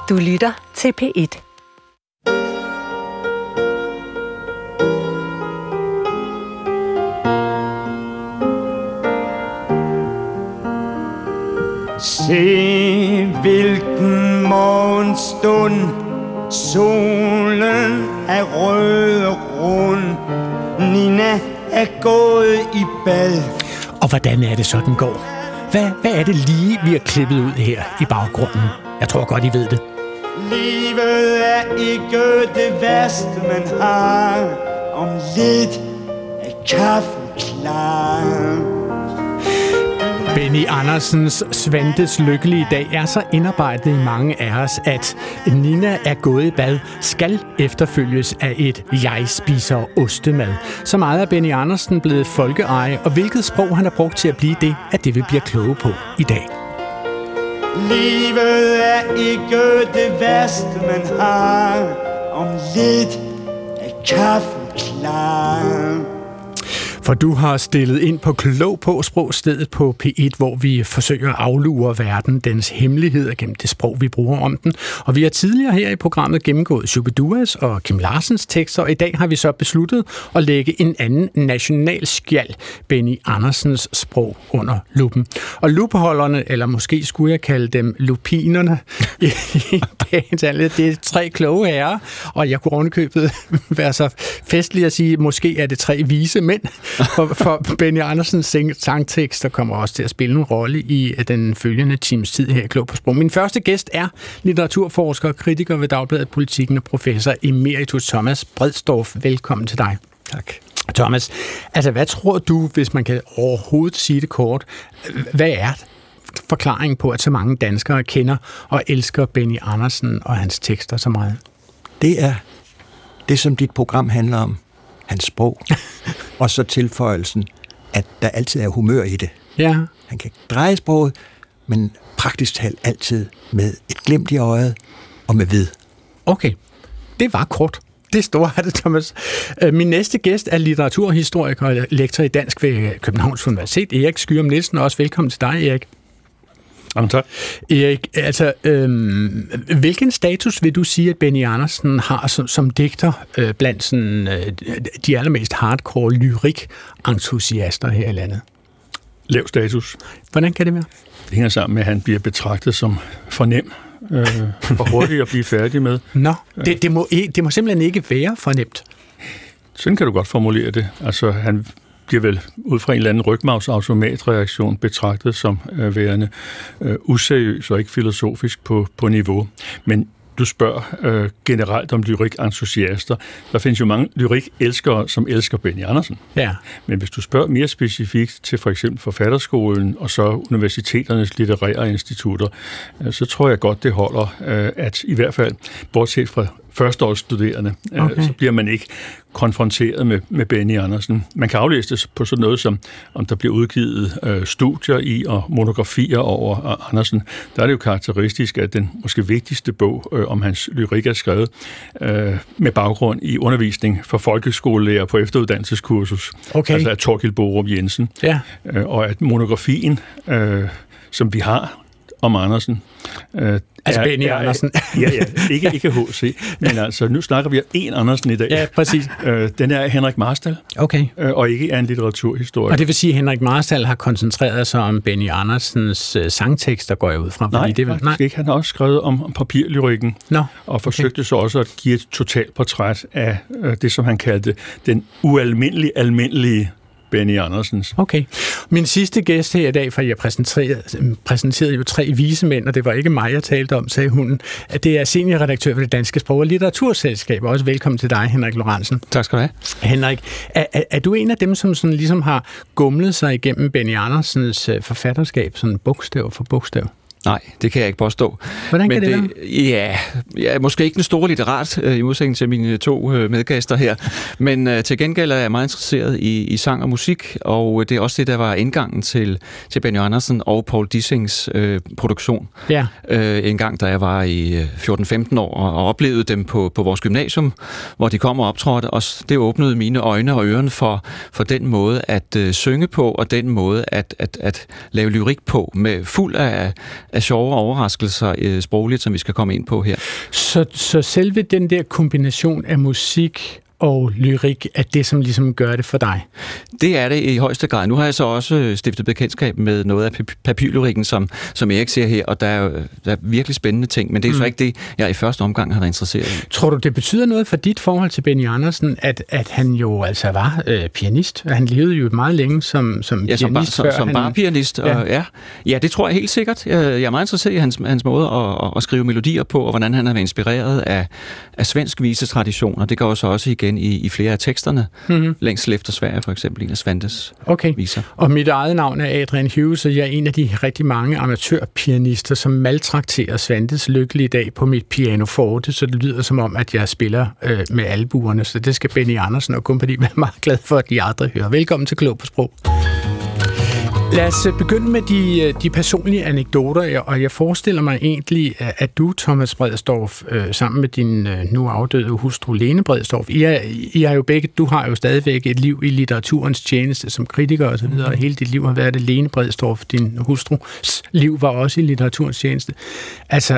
Du lytter til P1. Se hvilken morgenstund, solen er rød og rund, Nina er gået i bad. Og hvordan er det så, den går? Hvad er det lige, vi har klippet ud her i baggrunden? Jeg tror godt, I ved det. Livet er ikke det værste, man har. Om lidt er kaffen klar. Benny Andersens Svantes lykkelige dag er så indarbejdet i mange af os, at Nina er gået i bad skal efterfølges af et jeg spiser ostemad. Så meget er Benny Andersen blevet folkeeje, og hvilket sprog han har brugt til at blive det, at det vi bliver kloge på i dag. Livet er ikke det værste, man har. Om lidt er kaffen klar. For du har stillet ind på Klog på sprogstedet på P1, hvor vi forsøger at aflure verden, dens hemmeligheder gennem det sprog, vi bruger om den. Og vi har tidligere her i programmet gennemgået Shubiduas og Kim Larsens tekster, og i dag har vi så besluttet at lægge en anden nationalskjald, Benny Andersens sprog, under lupen. Og lupeholderne, eller måske skulle jeg kalde dem lupinerne, i dagens anledning, det er 3 kloge herrer, og jeg kunne ovenikøbet være så festlig at sige, måske er det 3 vise mænd. For Benny Andersens sangtekster kommer også til at spille en rolle i den følgende times tid her i Klog på Sprog. Min første gæst er litteraturforsker og kritiker ved Dagbladet Politikken og professor emeritus Thomas Bredsdorff. Velkommen til dig. Tak. Thomas, altså hvad tror du, hvis man kan overhovedet sige det kort, hvad er forklaringen på, at så mange danskere kender og elsker Benny Andersen og hans tekster så meget? Det er det, som dit program handler om. Hans sprog. Og så tilføjelsen, at der altid er humør i det. Ja. Han kan dreje sproget, men praktisk talt altid med et glimt i øjet og med vid. Okay, det var kort. Det store er det, Thomas. Min næste gæst er litteraturhistoriker og lektor i dansk ved Københavns Universitet, Erik Skyum Nielsen. Også velkommen til dig, Erik. Jamen tak. Erik, altså, hvilken status vil du sige, at Benny Andersen har som digter blandt sådan, de allermest hardcore lyrik-entusiaster her i landet? Lav status. Hvordan kan det være? Det hænger sammen med, at han bliver betragtet som for nem og hurtig at blive færdig med. Nå, det må simpelthen ikke være for nemt. Sådan kan du godt formulere det. Altså, han bliver vel ud fra en eller anden rygmarvsautomatreaktion betragtet som værende useriøs og ikke filosofisk på niveau. Men du spørger generelt om lyrik-entusiaster. Der findes jo mange lyrik-elskere, som elsker Benny Andersen. Ja. Men hvis du spørger mere specifikt til for eksempel Forfatterskolen og så universiteternes litterære institutter, så tror jeg godt, det holder, at i hvert fald, bortset fra førsteårsstuderende, så bliver man ikke konfronteret med Benny Andersen. Man kan aflæse det på sådan noget som, om der bliver udgivet studier i og monografier over Andersen. Der er det jo karakteristisk, at den måske vigtigste bog om hans lyrik er skrevet med baggrund i undervisning for folkeskolelærer på efteruddannelseskursus. Okay. Altså af Thorkild Borup Jensen. Ja. Og at monografien, som vi har om Andersen, altså Benny Andersen. Ja, ikke H.C., men altså, nu snakker vi om en Andersen i dag. Ja, præcis. Den er Henrik Marstal, okay. Og ikke er en litteraturhistorie. Og det vil sige, at Henrik Marstal har koncentreret sig om Benny Andersens sangtekster, går jeg ud fra. Nej, faktisk ikke. Han har også skrevet om papirlyrikken, og forsøgte så også at give et totalportræt af det, som han kaldte den almindelige Benny Andersens. Okay. Min sidste gæst her i dag, for jeg præsenterede jo 3 vise mænd, og det var ikke mig, jeg talte om, sagde hun, at det er seniorredaktør ved det Danske Sprog- og Litteraturselskab. Også velkommen til dig, Henrik Lorentzen. Tak skal du have. Henrik, er du en af dem, som sådan ligesom har gumlet sig igennem Benny Andersens forfatterskab, sådan bogstav for bogstav? Nej, det kan jeg ikke påstå. Hvordan kan det være? Ja, måske ikke den store litterat, i modsætning til mine 2 medgæster her, men til gengæld er jeg meget interesseret i sang og musik, og det er også det, der var indgangen til Benny Andersen og Paul Dissings produktion. Ja. En gang, da jeg var i 14-15 år og oplevede dem på vores gymnasium, hvor de kom og optrådte, og det åbnede mine øjne og øren for den måde at synge på, og den måde at lave lyrik på, med fuld af sjove overraskelser sprogligt, som vi skal komme ind på her. Så selve den der kombination af musik og lyrik er det, som ligesom gør det for dig? Det er det i højeste grad. Nu har jeg så også stiftet bekendtskab med noget af papyrlyrikken, som Erik ser her, og der er virkelig spændende ting, men det er så ikke det, jeg i første omgang har været interesseret i. Tror du, det betyder noget for dit forhold til Benny Andersen, at han jo altså var pianist, og han levede jo meget længe som pianist? Som barpianist, ja, det tror jeg helt sikkert. Jeg er meget interesseret i hans måde at skrive melodier på, og hvordan han har været inspireret af svensk visetradition, og det går også igen i flere af teksterne. Længsel efter Sverige, for eksempel, en af Svantes viser. Og mit eget navn er Adrian Hughes, og jeg er en af de rigtig mange amatørpianister, som maltrakterer Svantes lykkelige dag på mit pianoforte, så det lyder som om, at jeg spiller med albuerne, så det skal Benny Andersen og kompagni være meget glad for, at de aldrig hører. Velkommen til Klog på Sprog. Lad os begynde med de personlige anekdoter, og jeg forestiller mig egentlig, at du, Thomas Bredsdorff, sammen med din nu afdøde hustru Lene Bredsdorff, I har jo begge, du har jo stadigvæk et liv i litteraturens tjeneste som kritiker og så videre, og hele dit liv har været det. Lene Bredsdorff, din hustrus liv, var også i litteraturens tjeneste. Altså,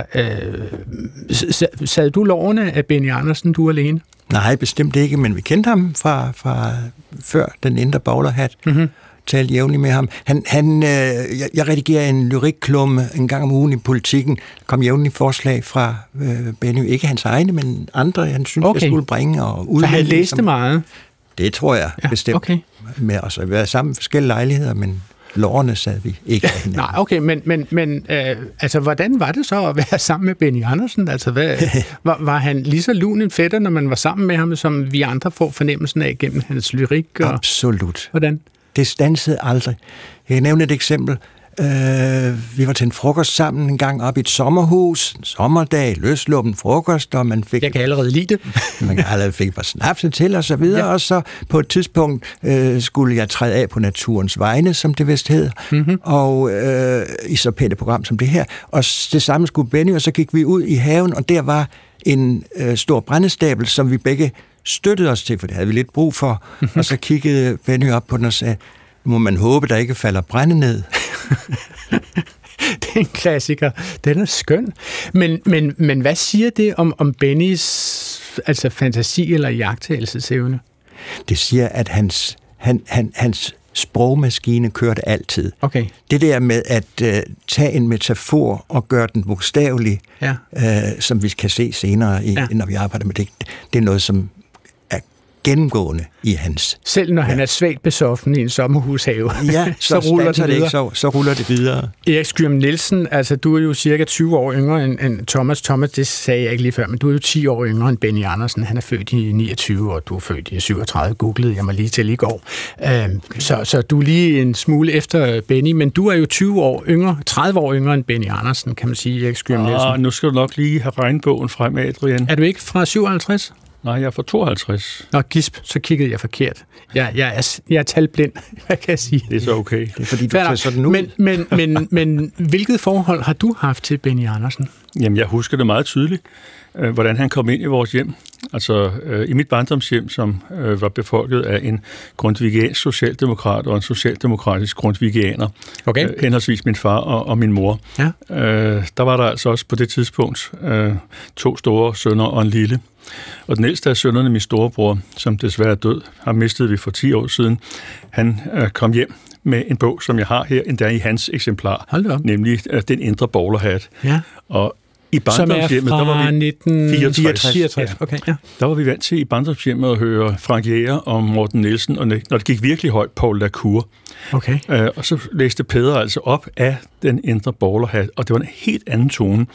sad du lovene af Benny Andersen, du og Lene? Nej, bestemt ikke, men vi kendte ham fra før Den Indre Bowlerhat. Talte jævnligt med ham. Jeg redigerer en lyrikklumme en gang om ugen i Politikken. Der kom jævnligt forslag fra Benny. Ikke hans egne, men andre, han synes, jeg skulle bringe. Og så han læste meget? Det tror jeg bestemt. Okay. Med os at være sammen i forskellige lejligheder, men lårene sad vi ikke af hinanden. Nej, okay, men altså, hvordan var det så at være sammen med Benny Andersen? Altså, var han lige så lun en fætter, når man var sammen med ham, som vi andre får fornemmelsen af gennem hans lyrik? Absolut. Hvordan? Det standsede aldrig. Jeg kan nævne et eksempel. Vi var til en frokost sammen en gang op i et sommerhus, en sommerdag, løsluppen frokost, og man fik... Jeg kan allerede lide det. Man kan allerede fik et par snapse til, og så videre, og så på et tidspunkt skulle jeg træde af på naturens vegne, som det vist hedder, og i så pænt et program som det her, og det samme skulle Benny, og så gik vi ud i haven, og der var en stor brændestabel, som vi begge støttede os til, for det havde vi lidt brug for, og så kiggede Benny op på den og sagde, må man håbe, der ikke falder brænde ned. Det er en klassiker. Den er skøn. Men hvad siger det om Bennys altså fantasi eller iagttagelsesevne? Det siger, at hans sprogmaskine kørte altid. Okay. Det der med at tage en metafor og gøre den bogstavelig, som vi kan se senere, når vi arbejder med det, det er noget, som gennemgående i hans... Selv når han er svagt besoffen i en sommerhushave, så ruller det videre. Så ruller det videre. Erik Skyum Nielsen, altså du er jo cirka 20 år yngre end Thomas. Thomas, det sagde jeg ikke lige før, men du er jo 10 år yngre end Benny Andersen. Han er født i 29, og du er født i 37, googlede jeg mig lige til i går. Så du er lige en smule efter Benny, men du er jo 20 år yngre, 30 år yngre end Benny Andersen, kan man sige, Erik Skyum Nielsen. Nu skal du nok lige have regnbogen frem, Adrian. Er du ikke fra 57? Nej, jeg er fra 52. Nå, gisp, så kiggede jeg forkert. Jeg er talblind, hvad kan jeg sige? Det er så okay. Det er fordi, du ser sådan ud. Men hvilket forhold har du haft til Benny Andersen? Jamen, jeg husker det meget tydeligt, hvordan han kom ind i vores hjem. Altså, i mit barndomshjem, som var befolket af en grundtvigiansk socialdemokrat og en socialdemokratisk grundtvigianer. Okay. Henholdsvis min far og min mor. Ja. Der var der altså også på det tidspunkt 2 store sønner og en lille. Og den ældste af sønnerne, min storebror, som desværre er død, har mistet vi for 10 år siden. Han kom hjem med en bog, som jeg har her, endda i hans eksemplar, nemlig Den Indre Bowlerhat. Ja. Og i barndomshjemmet, der var vi 1964. Ja. Okay, ja. Der var vi vant til i barndomshjemmet at høre Frank Jæger og Morten Nielsen, og når det gik virkelig højt, Paul Lacour. Okay. Og så læste Peder altså op af Den Indre Bowlerhat, og det var en helt anden tone.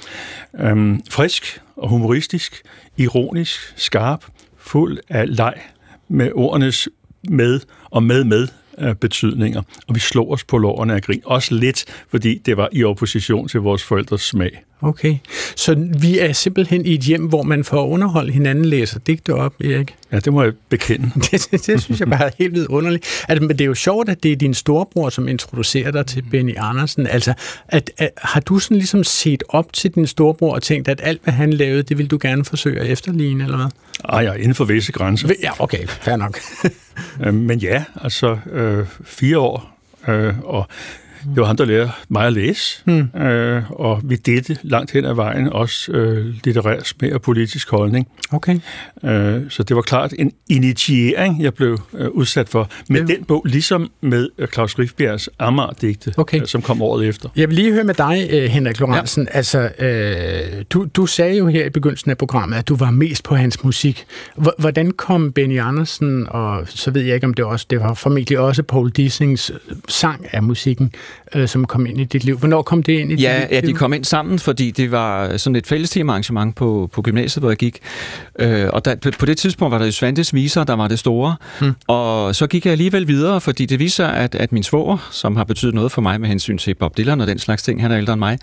Frisk og humoristisk, ironisk, skarp, fuld af leg med ordenes med og med betydninger, og vi slog os på lårene af grin. Også lidt, fordi det var i opposition til vores forældres smag. Okay, så vi er simpelthen i et hjem, hvor man får underholdt hinanden, læser digte op, Erik? Ja, det må jeg bekende. det synes jeg bare er helt vildt underligt. Men det er jo sjovt, at det er din storebror, som introducerer dig til Benny Andersen. Altså, har du sådan ligesom set op til din storebror og tænkt, at alt, hvad han lavede, det vil du gerne forsøge at efterligne, eller hvad? Ja, inden for visse grænser. Ja, okay, fair nok. Men ja, altså 4 år, og Det var ham, der lærte mig at læse, og vi delte langt hen ad vejen også litterær smag og politisk holdning. Okay. Så det var klart en initiering, jeg blev udsat for med den bog, ligesom med Claus Rifbjergs Amager-digte, som kom året efter. Jeg vil lige høre med dig, Henrik Lorentzen. Ja. Altså, du sagde jo her i begyndelsen af programmet, at du var mest på hans musik. Hvordan kom Benny Andersen, og så ved jeg ikke, om det var formentlig også Paul Dissings sang af musikken, som kom ind i dit liv. Hvornår kom det ind i dit liv? Ja, de kom ind sammen, fordi det var sådan et fællesteamarrangement på gymnasiet, hvor jeg gik. Og på det tidspunkt var der jo Svantes Viser, der var det store. Og så gik jeg alligevel videre, fordi det viser, at min svoger, som har betydet noget for mig med hensyn til Bob Dylan og den slags ting, han er ældre end mig,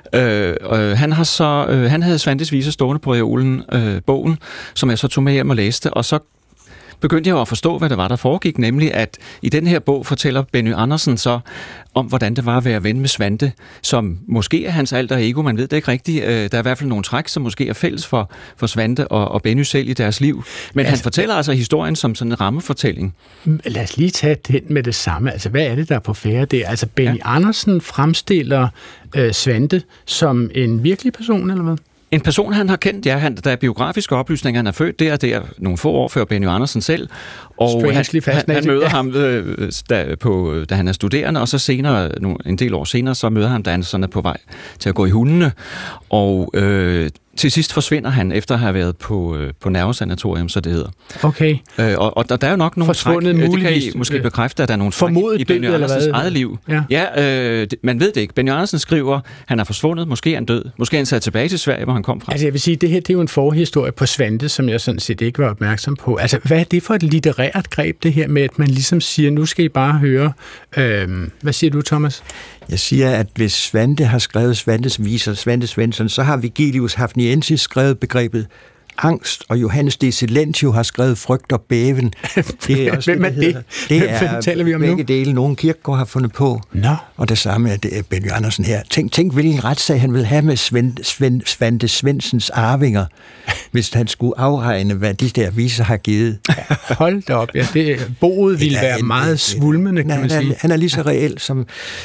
han havde Svantes Viser stående på reolen, bogen, som jeg så tog med hjem og læste, og så begyndte jeg at forstå, hvad det var, der foregik, nemlig at i den her bog fortæller Benny Andersen så om, hvordan det var at være ven med Svante, som måske er hans alter ego, man ved det ikke rigtigt. Der er i hvert fald nogle træk, som måske er fælles for Svante og Benny selv i deres liv. Men han fortæller altså historien som sådan en rammefortælling. Lad os lige tage den med det samme. Altså, hvad er det, der er på færde der? Altså, Benny Andersen fremstiller Svante som en virkelig person, eller hvad? En person, han har kendt, der er biografiske oplysninger, han er født der nogle få år før Benny Andersen selv, og han møder ham, da han er studerende, og så senere, en del år senere, så møder han, da han sådan er på vej til at gå i hundene, og til sidst forsvinder han, efter at have været på nervesanatorium, så det hedder. Okay. Og der er jo nok nogle træk, det kan I måske bekræfte, at der er nogle træk i Benny Andersens eget liv. Ja, man ved det ikke. Benny Andersen skriver, han er forsvundet, måske er han død, måske er han taget tilbage til Sverige, hvor han kom fra. Altså jeg vil sige, det her det er jo en forhistorie på Svante, som jeg sådan set ikke var opmærksom på. Altså hvad er det for et litterært greb, det her med, at man ligesom siger, nu skal I bare høre. Hvad siger du, Thomas? Jeg siger, at hvis Svante har skrevet Svantes Viser, Svante Svensson, så har Vigilius Hafniensis skrevet begrebet angst, og Johannes D. Silentio har skrevet frygt og bæven. Det er også, hvem er det? Det er taler vi om begge dele, nogen Kierkegaard har fundet på. No. Og det samme er det Benny Andersen her. Tænk hvilken retssag han vil have med Svante Svendsens arvinger, hvis han skulle afregne, hvad de der viser har givet. Hold da op, boet ville være meget svulmende, kan man sige. Han er lige så reel som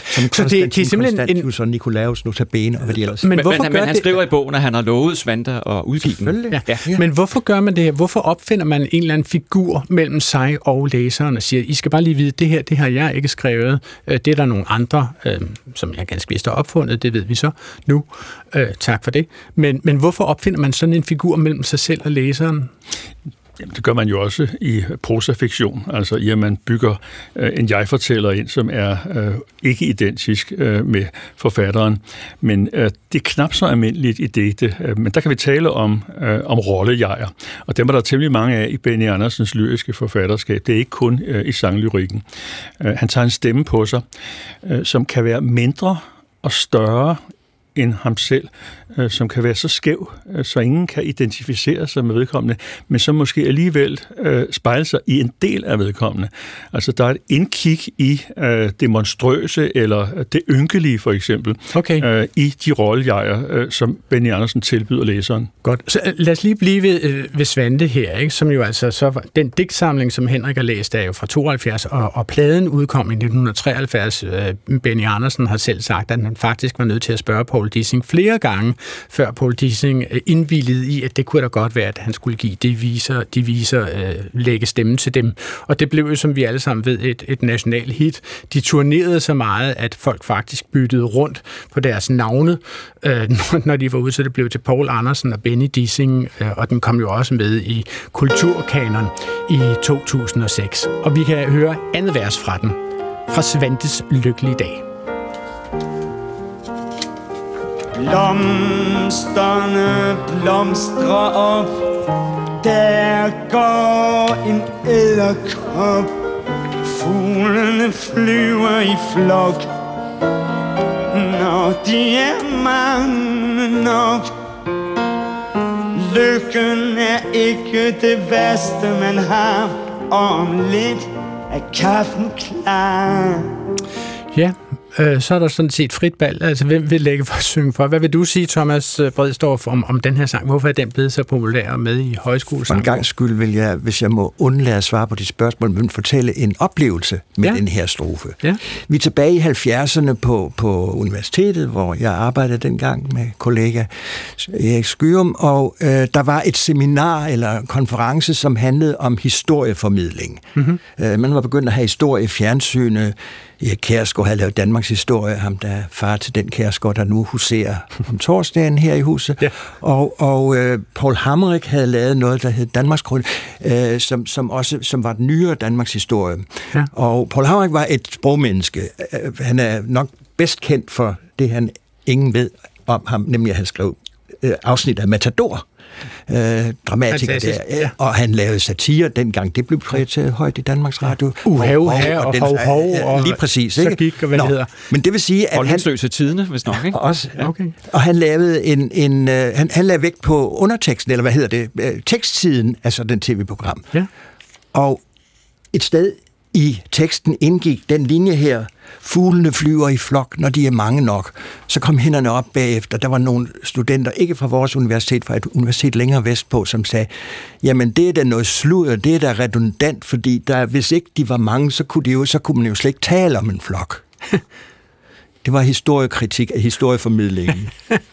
Konstantius og Nikolaus Notabene og hvad de ellers. Men han skriver i bogen, at han har lovet Svante at udgive den. Ja. Men hvorfor gør man det her? Hvorfor opfinder man en eller anden figur mellem sig og læseren og siger, I skal bare lige vide, det har jeg ikke skrevet. Det er der nogle andre, som jeg ganske vist har opfundet, det ved vi så nu. Tak for det. Men hvorfor opfinder man sådan en figur mellem sig selv og læseren? Jamen, det gør man jo også i prosafiktion, altså i at man bygger en jeg-fortæller ind, som er ikke identisk med forfatteren, men det er knap så almindeligt i digte, men der kan vi tale om rollejeger, og dem er der temmelig mange af i Benny Andersens lyriske forfatterskab. Det er ikke kun i sanglyrikken. Han tager en stemme på sig, som kan være mindre og større end ham selv, som kan være så skæv, så ingen kan identificere sig med vedkommende, men som måske alligevel spejler sig i en del af vedkommende. Altså, der er et indkig i det monstrøse, eller det ynkelige, for eksempel, i de rollejeger, som Benny Andersen tilbyder læseren. Godt. Så lad os lige blive ved Svante her, ikke? Som jo altså så var, den digtsamling, som Henrik har læst, er jo fra 72, og pladen udkom i 1973. Benny Andersen har selv sagt, at han faktisk var nødt til at spørge Paul Dissing flere gange, før Paul Dissing indvilligede i, at det kunne da godt være, at han skulle give de viser lægge stemme til dem. Og det blev jo, som vi alle sammen ved, et national hit. De turnerede så meget, at folk faktisk byttede rundt på deres navne, når de var ude, så det blev til Paul Andersen og Benny Dissing, og den kom jo også med i Kulturkanon i 2006. Og vi kan høre andet vers fra den, fra Svantes lykkelige dag. Blomsterne blomstrer op, der går en edderkop. Fuglene flyver i flok, når de er mange nok. Lykken er ikke det værste, man har, og om lidt er kaffen klar. Ja, så er der sådan set frit valg. Altså, hvem vil lægge for at synge for? Hvad vil du sige, Thomas Bredsdorff, om den her sang? Hvorfor er den blevet så populær med i højskolesang? For en gang skyld vil jeg, hvis jeg må undlade at svare på de spørgsmål, men fortælle en oplevelse med den her strofe. Ja. Vi er tilbage i 70'erne på universitetet, hvor jeg arbejdede dengang med kollega Erik Skyum, og der var et seminar eller konference, som handlede om historieformidling. Mm-hmm. Man var begyndt at have historie i fjernsynet. Erik Kjærsgaard havde lavet Danmarks historie, ham der er far til den Kjærsgaard, der nu huserer om torsdagen her i huset. Ja. Og Paul Hammerich havde lavet noget, der hed Danmarks Krønik, som var den nyere Danmarks historie. Ja. Og Paul Hammerich var et sprogmenneske. Han er nok bedst kendt for det, han ingen ved om ham, nemlig at han skrev afsnit af Matador. Dramatiker der, ja. Og han lavede satire dengang. Det blev prioriteret højt i Danmarks Radio. Og lige præcis. Så gik, og hvad det hedder. Men det vil sige, at Holdningsløse tidene, hvis nok, ikke? Også, ja. Okay. Og han lavede han lagde vægt på underteksten, eller hvad hedder det, tekstsiden af sådan en tv-program. Ja. Og et sted i teksten indgik den linje her: fuglene flyver i flok, når de er mange nok. Så kom hænderne op bagefter. Der var nogle studenter, ikke fra vores universitet, fra et universitet længere vestpå, som sagde, jamen det er da noget sludder, det er da redundant, fordi hvis ikke de var mange, så kunne man jo slet ikke tale om en flok. Det var historiekritik af historieformidlingen.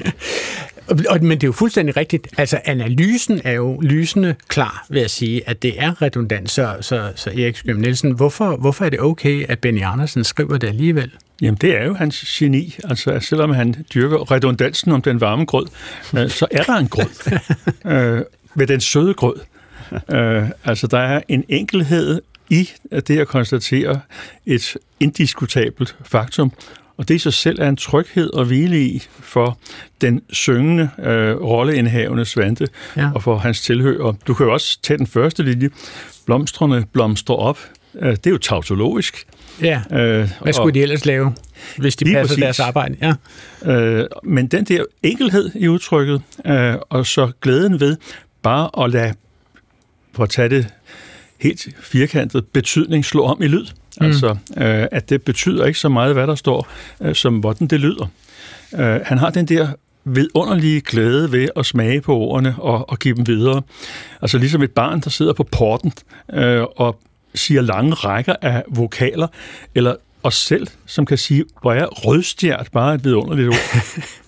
Men det er jo fuldstændig rigtigt. Altså, analysen er jo lysende klar ved at sige, at det er redundant. Så Erik Skyum Nielsen, hvorfor er det okay, at Benny Andersen skriver det alligevel? Jamen, det er jo hans geni. Altså, selvom han dyrker redundansen om den varme grød, så er der en grød. Med den søde grød. Altså, der er en enkelhed i det at konstatere et indiskutabelt faktum, og det i sig selv er en tryghed og hvile i for den syngende rolleindhavende Svante og for hans tilhører. Du kan jo også tage den første linje. Blomstrene blomstrer op. Det er jo tautologisk. Ja, hvad skulle de ellers lave, hvis de passer deres arbejde? Ja. Men den der enkelhed i udtrykket, og så glæden ved bare at lade, for at tage det helt firkantet, betydning slå om i lyd. Altså, at det betyder ikke så meget, hvad der står, som hvordan det lyder. Han har den der vidunderlige glæde ved at smage på ordene og give dem videre. Altså ligesom et barn, der sidder på porten og siger lange rækker af vokaler, eller os selv, som kan sige, hvor er rødstjert bare et vidunderligt ord.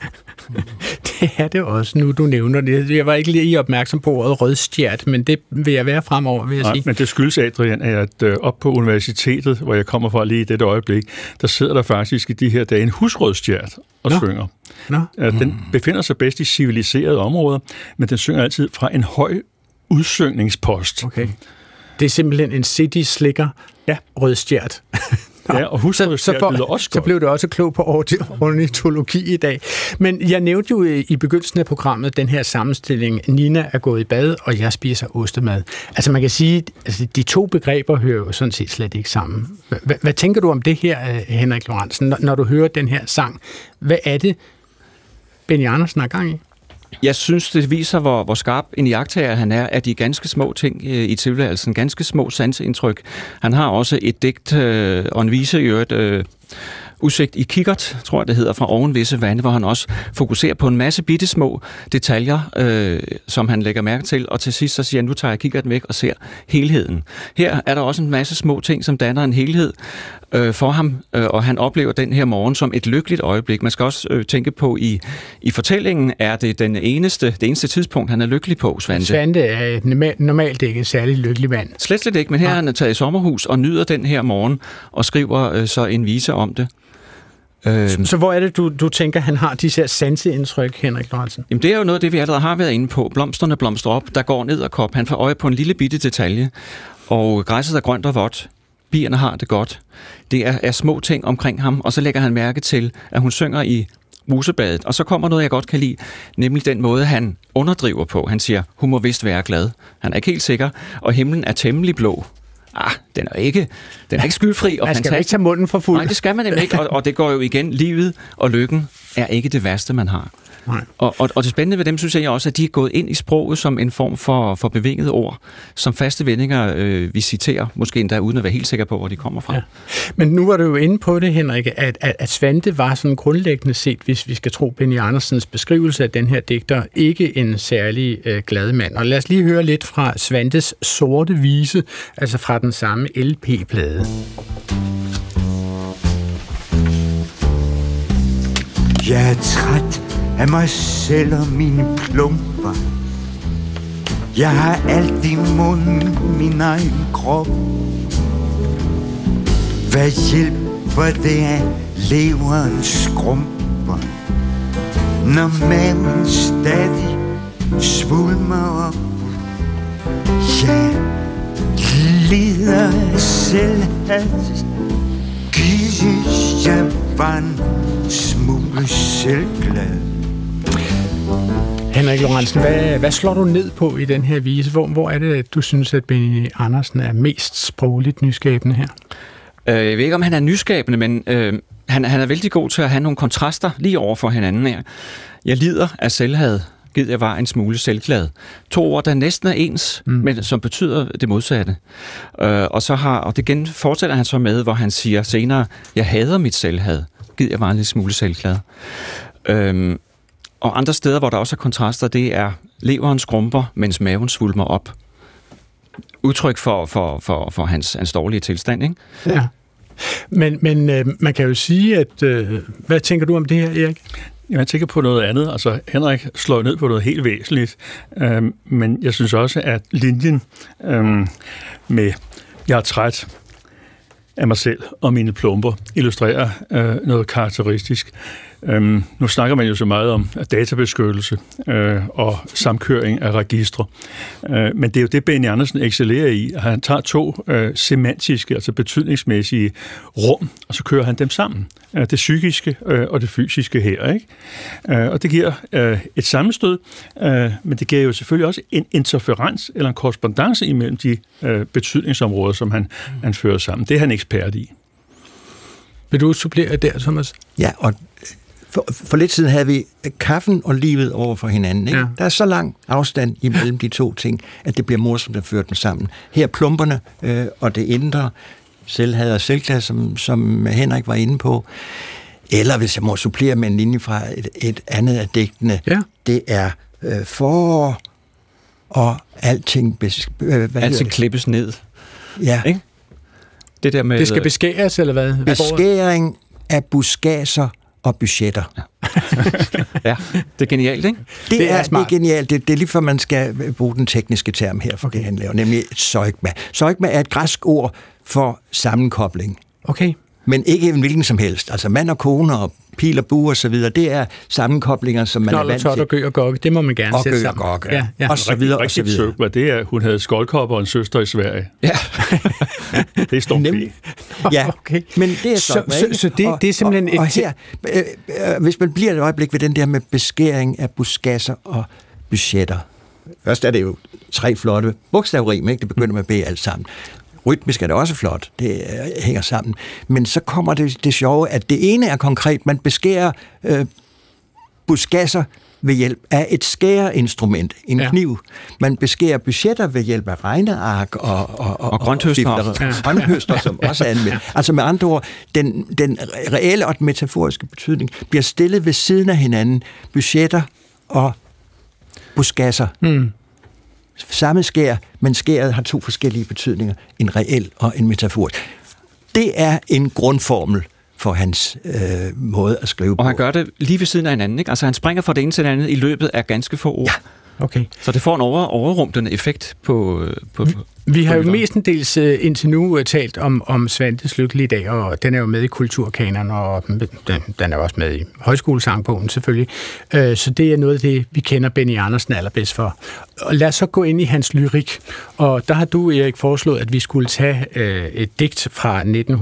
Det er det også, nu du nævner det. Jeg var ikke lige opmærksom på ordet rødstjert, men det vil jeg være fremover, vil jeg sige. Men det skyldes, Adrian, at op på universitetet, hvor jeg kommer fra lige i dette øjeblik, der sidder der faktisk i de her dage en husrødstjert og synger. Den befinder sig bedst i civiliserede områder, men den synger altid fra en høj udsyngningspost. Okay. Det er simpelthen en city-slikker rødstjert. Ja, og husrødstjert lyder også godt. Så blev det også klog på ornitologi i dag. Men jeg nævnte jo i begyndelsen af programmet den her sammenstilling, Nina er gået i bad, og jeg spiser ostemad. Altså man kan sige, at de to begreber hører jo sådan set slet ikke sammen. Hvad tænker du om det her, Henrik Lorentzen, når du hører den her sang? Hvad er det, Benny Andersen har gang i? Jeg synes, det viser, hvor skarp en iagttager han er af de ganske små ting i tilværelsen, ganske små sanseindtryk. Han har også et digt og en vise i øvrigt, Udsigt i kikkert, tror jeg det hedder, fra oven visse vande, hvor han også fokuserer på en masse bittesmå detaljer, som han lægger mærke til, og til sidst så siger han, nu tager jeg kikkerten væk og ser helheden. Her er der også en masse små ting, som danner en helhed for ham, og han oplever den her morgen som et lykkeligt øjeblik. Man skal også tænke på, i fortællingen er det det eneste tidspunkt, han er lykkelig på, Svante. Svante er normalt ikke et særligt lykkelig mand. Slet ikke, men her er han taget i sommerhus og nyder den her morgen, og skriver så en vise om det. Så hvor er det, du tænker, han har de her sanseindtryk, Henrik Lorentzen? Jamen, det er jo noget af det, vi allerede har været inde på. Blomsterne blomstrer op, der går ned og kop. Han får øje på en lille bitte detalje, og græsset er grønt og vådt. Bierne har det godt. Det er små ting omkring ham, og så lægger han mærke til, at hun synger i musebadet. Og så kommer noget, jeg godt kan lide, nemlig den måde, han underdriver på. Han siger, hun må vist være glad. Han er ikke helt sikker, og himlen er temmelig blå. Den er ikke skyldfri og fantastisk. Man skal ikke tage munden for fuld. Nej, det skal man nemlig ikke, og det går jo igen. Livet og lykken er ikke det værste, man har. Nej. Og det spændende ved dem, synes jeg også, at de er gået ind i sproget som en form for bevinget ord, som faste vendinger vi citerer, måske endda uden at være helt sikker på, hvor de kommer fra. Ja. Men nu var du jo inde på det, Henrik, at Svante var sådan grundlæggende set, hvis vi skal tro Benny Andersens beskrivelse af den her digter, ikke en særlig glad mand. Og lad os lige høre lidt fra Svantes Sorte Vise, altså fra den samme LP-plade. Jeg er træt af mig selv og mine plumper. Jeg har alt i munden, min egen krop. Hvad hjælper det, at leveren skrumper, når maven stadig svulmer op? Jeg lider af selvhat. Gives jeg var en smule selvglad. Henrik Lorentzen, hvad slår du ned på i den her vise? Hvor er det, du synes, at Benny Andersen er mest sprogligt nyskabende her? Jeg ved ikke, om han er nyskabende, men han er vældig god til at have nogle kontraster lige over for hinanden her. Jeg lider af selvhad. Gid jeg var en smule selvglad. 2 ord, der næsten er ens, men som betyder det modsatte. Og det igen fortsætter han så med, hvor han siger senere, jeg hader mit selvhad. Gid jeg var en lille smule selvglad. Og andre steder, hvor der også er kontraster, det er leveren skrumper, mens maven svulmer op. Udtryk for hans dårlige tilstand, ikke? Ja. Men man kan jo sige, at... hvad tænker du om det her, Erik? Jeg tænker på noget andet. Altså, Henrik slår ned på noget helt væsentligt, men jeg synes også, at linjen med jeg er træt af mig selv og mine plumper illustrerer noget karakteristisk. Nu snakker man jo så meget om databeskyttelse og samkøring af registre, men det er jo det, Benny Andersen excellerer i. Han tager 2 semantiske, altså betydningsmæssige rum, og så kører han dem sammen. Det psykiske og det fysiske her, ikke? Og det giver et sammenstød, men det giver jo selvfølgelig også en interferens eller en korrespondance imellem de betydningsområder, som han fører sammen. Det er han ekspert i. Vil du supplere der, Thomas? Ja, og for lidt siden havde vi kaffen og livet over for hinanden. Ikke? Ja. Der er så lang afstand imellem de 2 ting, at det bliver morsomt at føre dem sammen. Her plumperne og det indre, selvhad og selvglad, som Henrik var inde på. Eller hvis jeg må supplere med en linje fra et andet af digtene, det er forår og alting... alting klippes ned. Ja. Ikke? Det skal beskæres, eller hvad? Beskæring af buskager og budgetter. Ja, det er genialt, ikke? Det er genialt. Det er lige for, man skal bruge den tekniske term her for det, han laver, nemlig zeugma. Zeugma er et græsk ord for sammenkobling. Okay. Men ikke en hvilken som helst. Altså mand og kone og pil og bue og så videre, det er sammenkoblinger, som man er vant til. Og gø og gokke, det må man gerne sætte sammen. Og gø og gokke, ja. Og så videre, og så videre. Søgma, det er, hun havde skoldkopper og en søster i Sverige. Ja. Det er stort. Ja, okay. Men det er så det er simpelthen og her, hvis man bliver et øjeblik ved den der med beskæring af buskasser og budgetter. Først er det jo 3 flotte bogstavrim, ikke? Det begynder med B alt sammen. Rytmisk er det også flot, det hænger sammen. Men så kommer det sjove, at det ene er konkret, man beskærer buskasser ved hjælp af et skæreinstrument, en kniv. Man beskærer budgetter ved hjælp af regneark og grønthøster, som også er anvendt. Altså med andre ord, den reelle og den metaforiske betydning bliver stillet ved siden af hinanden. Budgetter og buskasser. Samme skær, men skæret har 2 forskellige betydninger. En reel og en metaforisk. Det er en grundformel for hans måde at skrive på. Og han gør det lige ved siden af hinanden, ikke? Altså han springer fra det ene til det andet i løbet af ganske få ord. Ja. Okay. Så det får en overrumplende effekt på vi har jo mestendels indtil nu talt om Svantes Lykkelige Dag, og den er jo med i kulturkanonen, og den er også med i højskolesangbogen selvfølgelig. Så det er noget af det, vi kender Benny Andersen allerbedst for. Og lad os så gå ind i hans lyrik. Og der har du, Erik, foreslået, at vi skulle tage et digt fra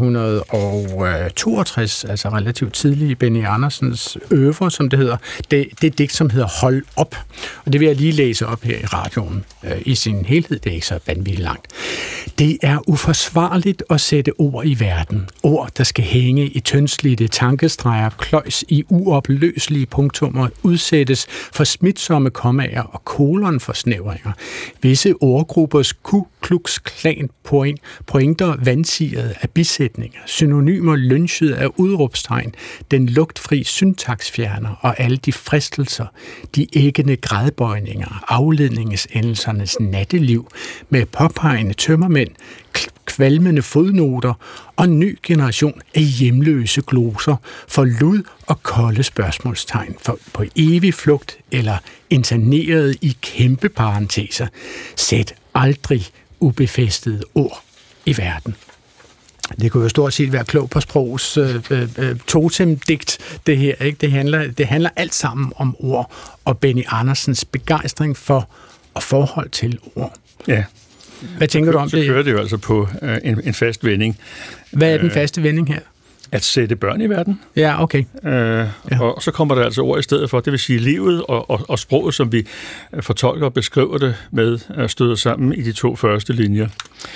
1962, altså relativt tidligt i Benny Andersens øvre, som det hedder. Det digt, som hedder Hold op. Og det vil jeg lige læse op her i radioen i sin helhed. Det er ikke så vanvittigt langt. langt. Det er uforsvarligt at sætte ord i verden. Ord, der skal hænge i tyndslidte tankestreger, kløjs i uopløselige punktummer, udsættes for smitsomme kommaer og kolonforsnævringer. Visse ordgruppers Ku Klux Klan pointer vandsiget af bisætninger, synonymer lynchet af udråbstegn, den lugtfri syntaksfjerner og alle de fristelser, de æggende gradbøjninger, afledningsendelsernes natteliv med påpegende tømmermænd, kvalmende fodnoter og en ny generation af hjemløse gloser for lud og kolde spørgsmålstegn for på evig flugt eller interneret i kæmpe parenteser. Sæt aldrig ubefæstede ord i verden. Det kunne jo stort set være klog på sprogs totemdigt, det her. Ikke? Det handler alt sammen om ord, og Benny Andersens begejstring for og forhold til ord. Ja. Hvad tænker du om det? Så kører det jo altså på en fast vending. Hvad er den faste vending her? At sætte børn i verden. Ja, okay. Og så kommer der altså ord i stedet for, det vil sige livet og sproget, som vi fortolker og beskriver det med, støder sammen i de 2 første linjer.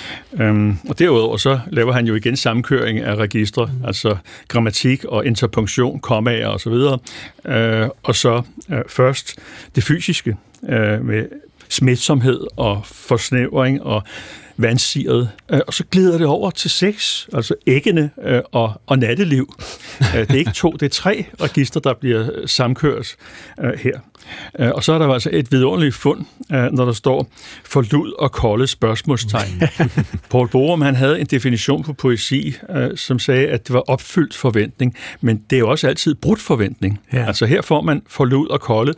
Og derudover så laver han jo igen sammenkøring af registre, altså grammatik og interpunktion, kommaer osv. Og så først det fysiske med smitsomhed og forsnævring og vandsiret, og så glider det over til 6, altså æggene og natteliv. Det er ikke 2, det er 3 register, der bliver samkørt her. Og så er der altså et vidunderligt fund, når der står forlud og kolde spørgsmålstegn. Poul Borum, han havde en definition på poesi, som sagde, at det var opfyldt forventning, men det er jo også altid brudt forventning. Ja. Altså her får man forlud og kolde,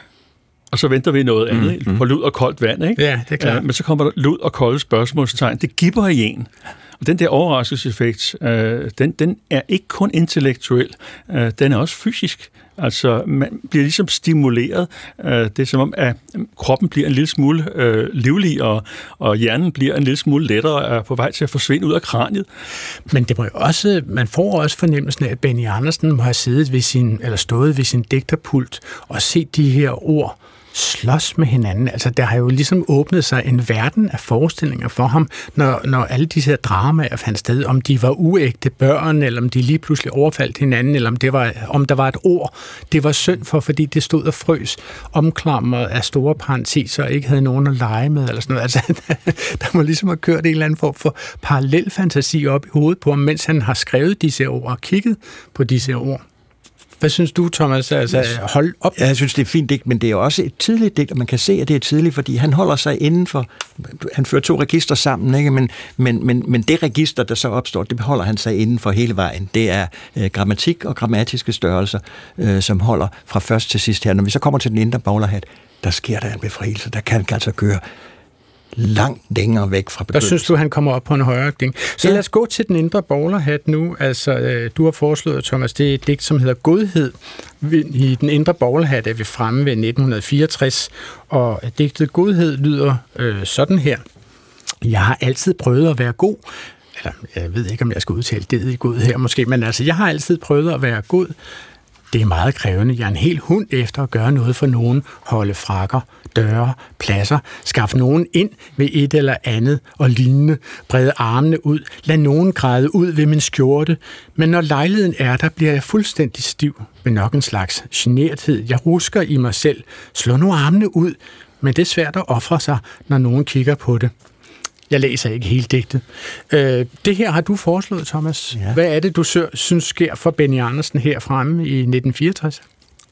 og så venter vi noget andet på lud og koldt vand, ikke? Ja, det er klart. Men så kommer der lud og kolde spørgsmålstegn. Det gibber i en. Og den der overraskelseseffekt, den er ikke kun intellektuel, den er også fysisk. Altså, man bliver ligesom stimuleret. Det er som om, at kroppen bliver en lille smule livligere, og hjernen bliver en lille smule lettere og er på vej til at forsvinde ud af kraniet. Men det må jo også, man får også fornemmelsen af, at Benny Andersen må have siddet ved stået ved sin digterpult og set de her ord slås med hinanden. Altså, der har jo ligesom åbnet sig en verden af forestillinger for ham, når alle disse her dramaer fandt sted, om de var uægte børn, eller om de lige pludselig overfaldt hinanden, eller om der var et ord, det var synd for, fordi det stod og frøs, omklamret af store parenteser, og ikke havde nogen at lege med, eller sådan noget. Altså, der må ligesom have kørt en eller anden form for parallel fantasi op i hovedet på ham, mens han har skrevet disse ord og kigget på disse ord. Hvad synes du, Thomas? Altså, hold op. Ja, jeg synes, det er fint digt, men det er jo også et tidligt digt, og man kan se, at det er tidligt, fordi han holder sig inden for... Han fører 2 register sammen, ikke? Men det register, der så opstår, det holder han sig inden for hele vejen. Det er grammatik og grammatiske størrelser, som holder fra først til sidst her. Når vi så kommer til den indre bowlerhat, der sker der en befrielse. Der kan han altså køre langt længere væk fra begyndelsen. Der synes du, han kommer op på en højere ding. Så lad os gå til den indre bowlerhat nu. Altså, du har foreslået, Thomas, det er et digt, som hedder Godhed. I den indre bowlerhat er vi fremme ved 1964, og digtet Godhed lyder sådan her. Jeg har altid prøvet at være god. Eller, jeg ved ikke, om jeg skal udtale det i god her måske, men altså, jeg har altid prøvet at være god. Det er meget krævende. Jeg er en hel hund efter at gøre noget for nogen. Holde frakker, døre, pladser, skaffe nogen ind ved et eller andet og lignende. Brede armene ud. Lad nogen græde ud ved min skjorte. Men når lejligheden er der, bliver jeg fuldstændig stiv med nok en slags generthed. Jeg rusker i mig selv. Slå nu armene ud. Men det er svært at ofre sig, når nogen kigger på det. Jeg læser ikke hele digtet. Det her har du foreslået, Thomas. Ja. Hvad er det, du synes sker for Benny Andersen her fremme i 1964?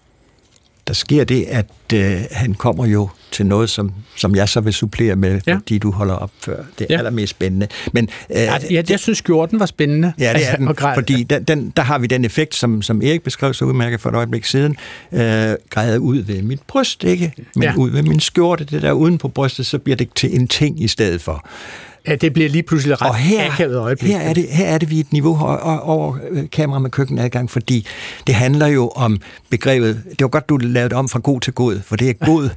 Der sker det, at han kommer jo til noget, som jeg så vil supplere med, fordi du holder op før. Det er allermest spændende. Men, jeg synes, skjorten var spændende. Ja, det er den, fordi der har vi den effekt, som Erik beskrev så udmærket for et øjeblik siden. Græder ud ved mit bryst, ikke? Men ud ved min skjorte, det der uden på brystet, så bliver det til en ting i stedet for. Ja, det bliver lige pludselig ret akavet øjeblik. Her er det vi et niveau over kamera med køkkenadgang, fordi det handler jo om begrebet, det var godt, du lavede om fra god til god, for det er god,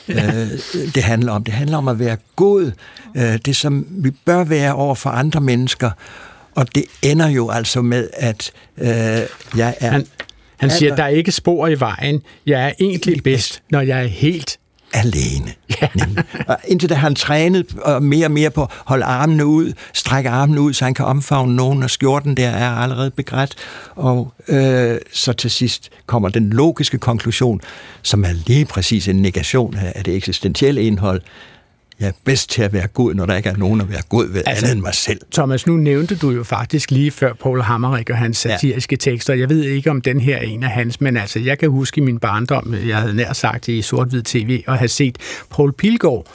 det handler om. Det handler om at være god, det som vi bør være over for andre mennesker, og det ender jo altså med, at jeg er... Han siger, der er ikke spor i vejen. Jeg er egentlig bedst, når jeg er helt alene. Ja. Og indtil da har han trænet mere og mere på at holde armene ud, strække armene ud, så han kan omfavne nogen, og skjorten der er allerede begrædt. Og så til sidst kommer den logiske konklusion, som er lige præcis en negation af det eksistentielle indhold. Jeg er bedst til at være god, når der ikke er nogen at være god ved, andet end mig selv. Thomas, nu nævnte du jo faktisk lige før Paul Hammerich og hans satiriske tekster. Jeg ved ikke, om den her er en af hans, men altså, jeg kan huske i min barndom, jeg havde nær sagt i sort-hvid tv, og have set Poul Pilgaard,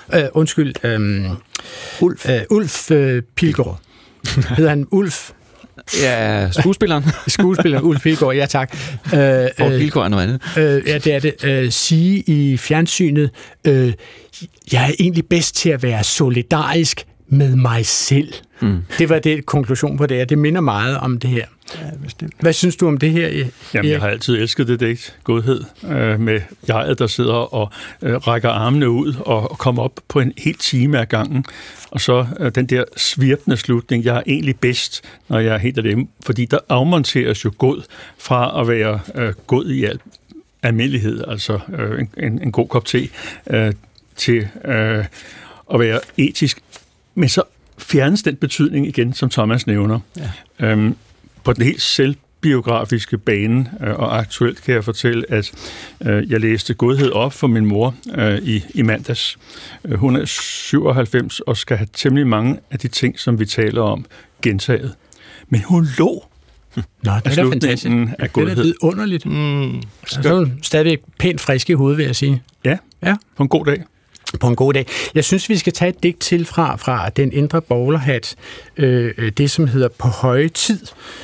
Ulf Pilgaard. Hedder han Ulf? Ja, skuespilleren. Skuespilleren Ulf Pilgaard, ja tak. Poul Pilgaard er noget andet. Ja, det er det. Sige i fjernsynet, jeg er egentlig bedst til at være solidarisk med mig selv. Det var det konklusion på det, og det minder meget om det her. Ja, hvad synes du om det her, Erik? Jamen, jeg har altid elsket det digt, godhed, med jeget, der sidder og rækker armene ud og kommer op på en hel time af gangen. Og så den der svirpende slutning, jeg er egentlig bedst, når jeg er helt af dem. Fordi der afmonteres jo god fra at være god i al almindelighed, altså en god kop te, til at være etisk. Men så fjernes den betydning igen, som Thomas nævner. Ja. På den helt selvbiografiske bane, og aktuelt kan jeg fortælle, at jeg læste Godhed op for min mor i mandags. Hun er 97 og skal have temmelig mange af de ting, som vi taler om, gentaget. Men hun lå af slutningen af Godhed. Det er vidunderligt. Så er hun stadigvæk pænt frisk i hovedet, vil jeg sige. Ja, på en god dag. På en god dag. Jeg synes, vi skal tage et digt til fra Den indre bowlerhat, det som hedder På høje tid.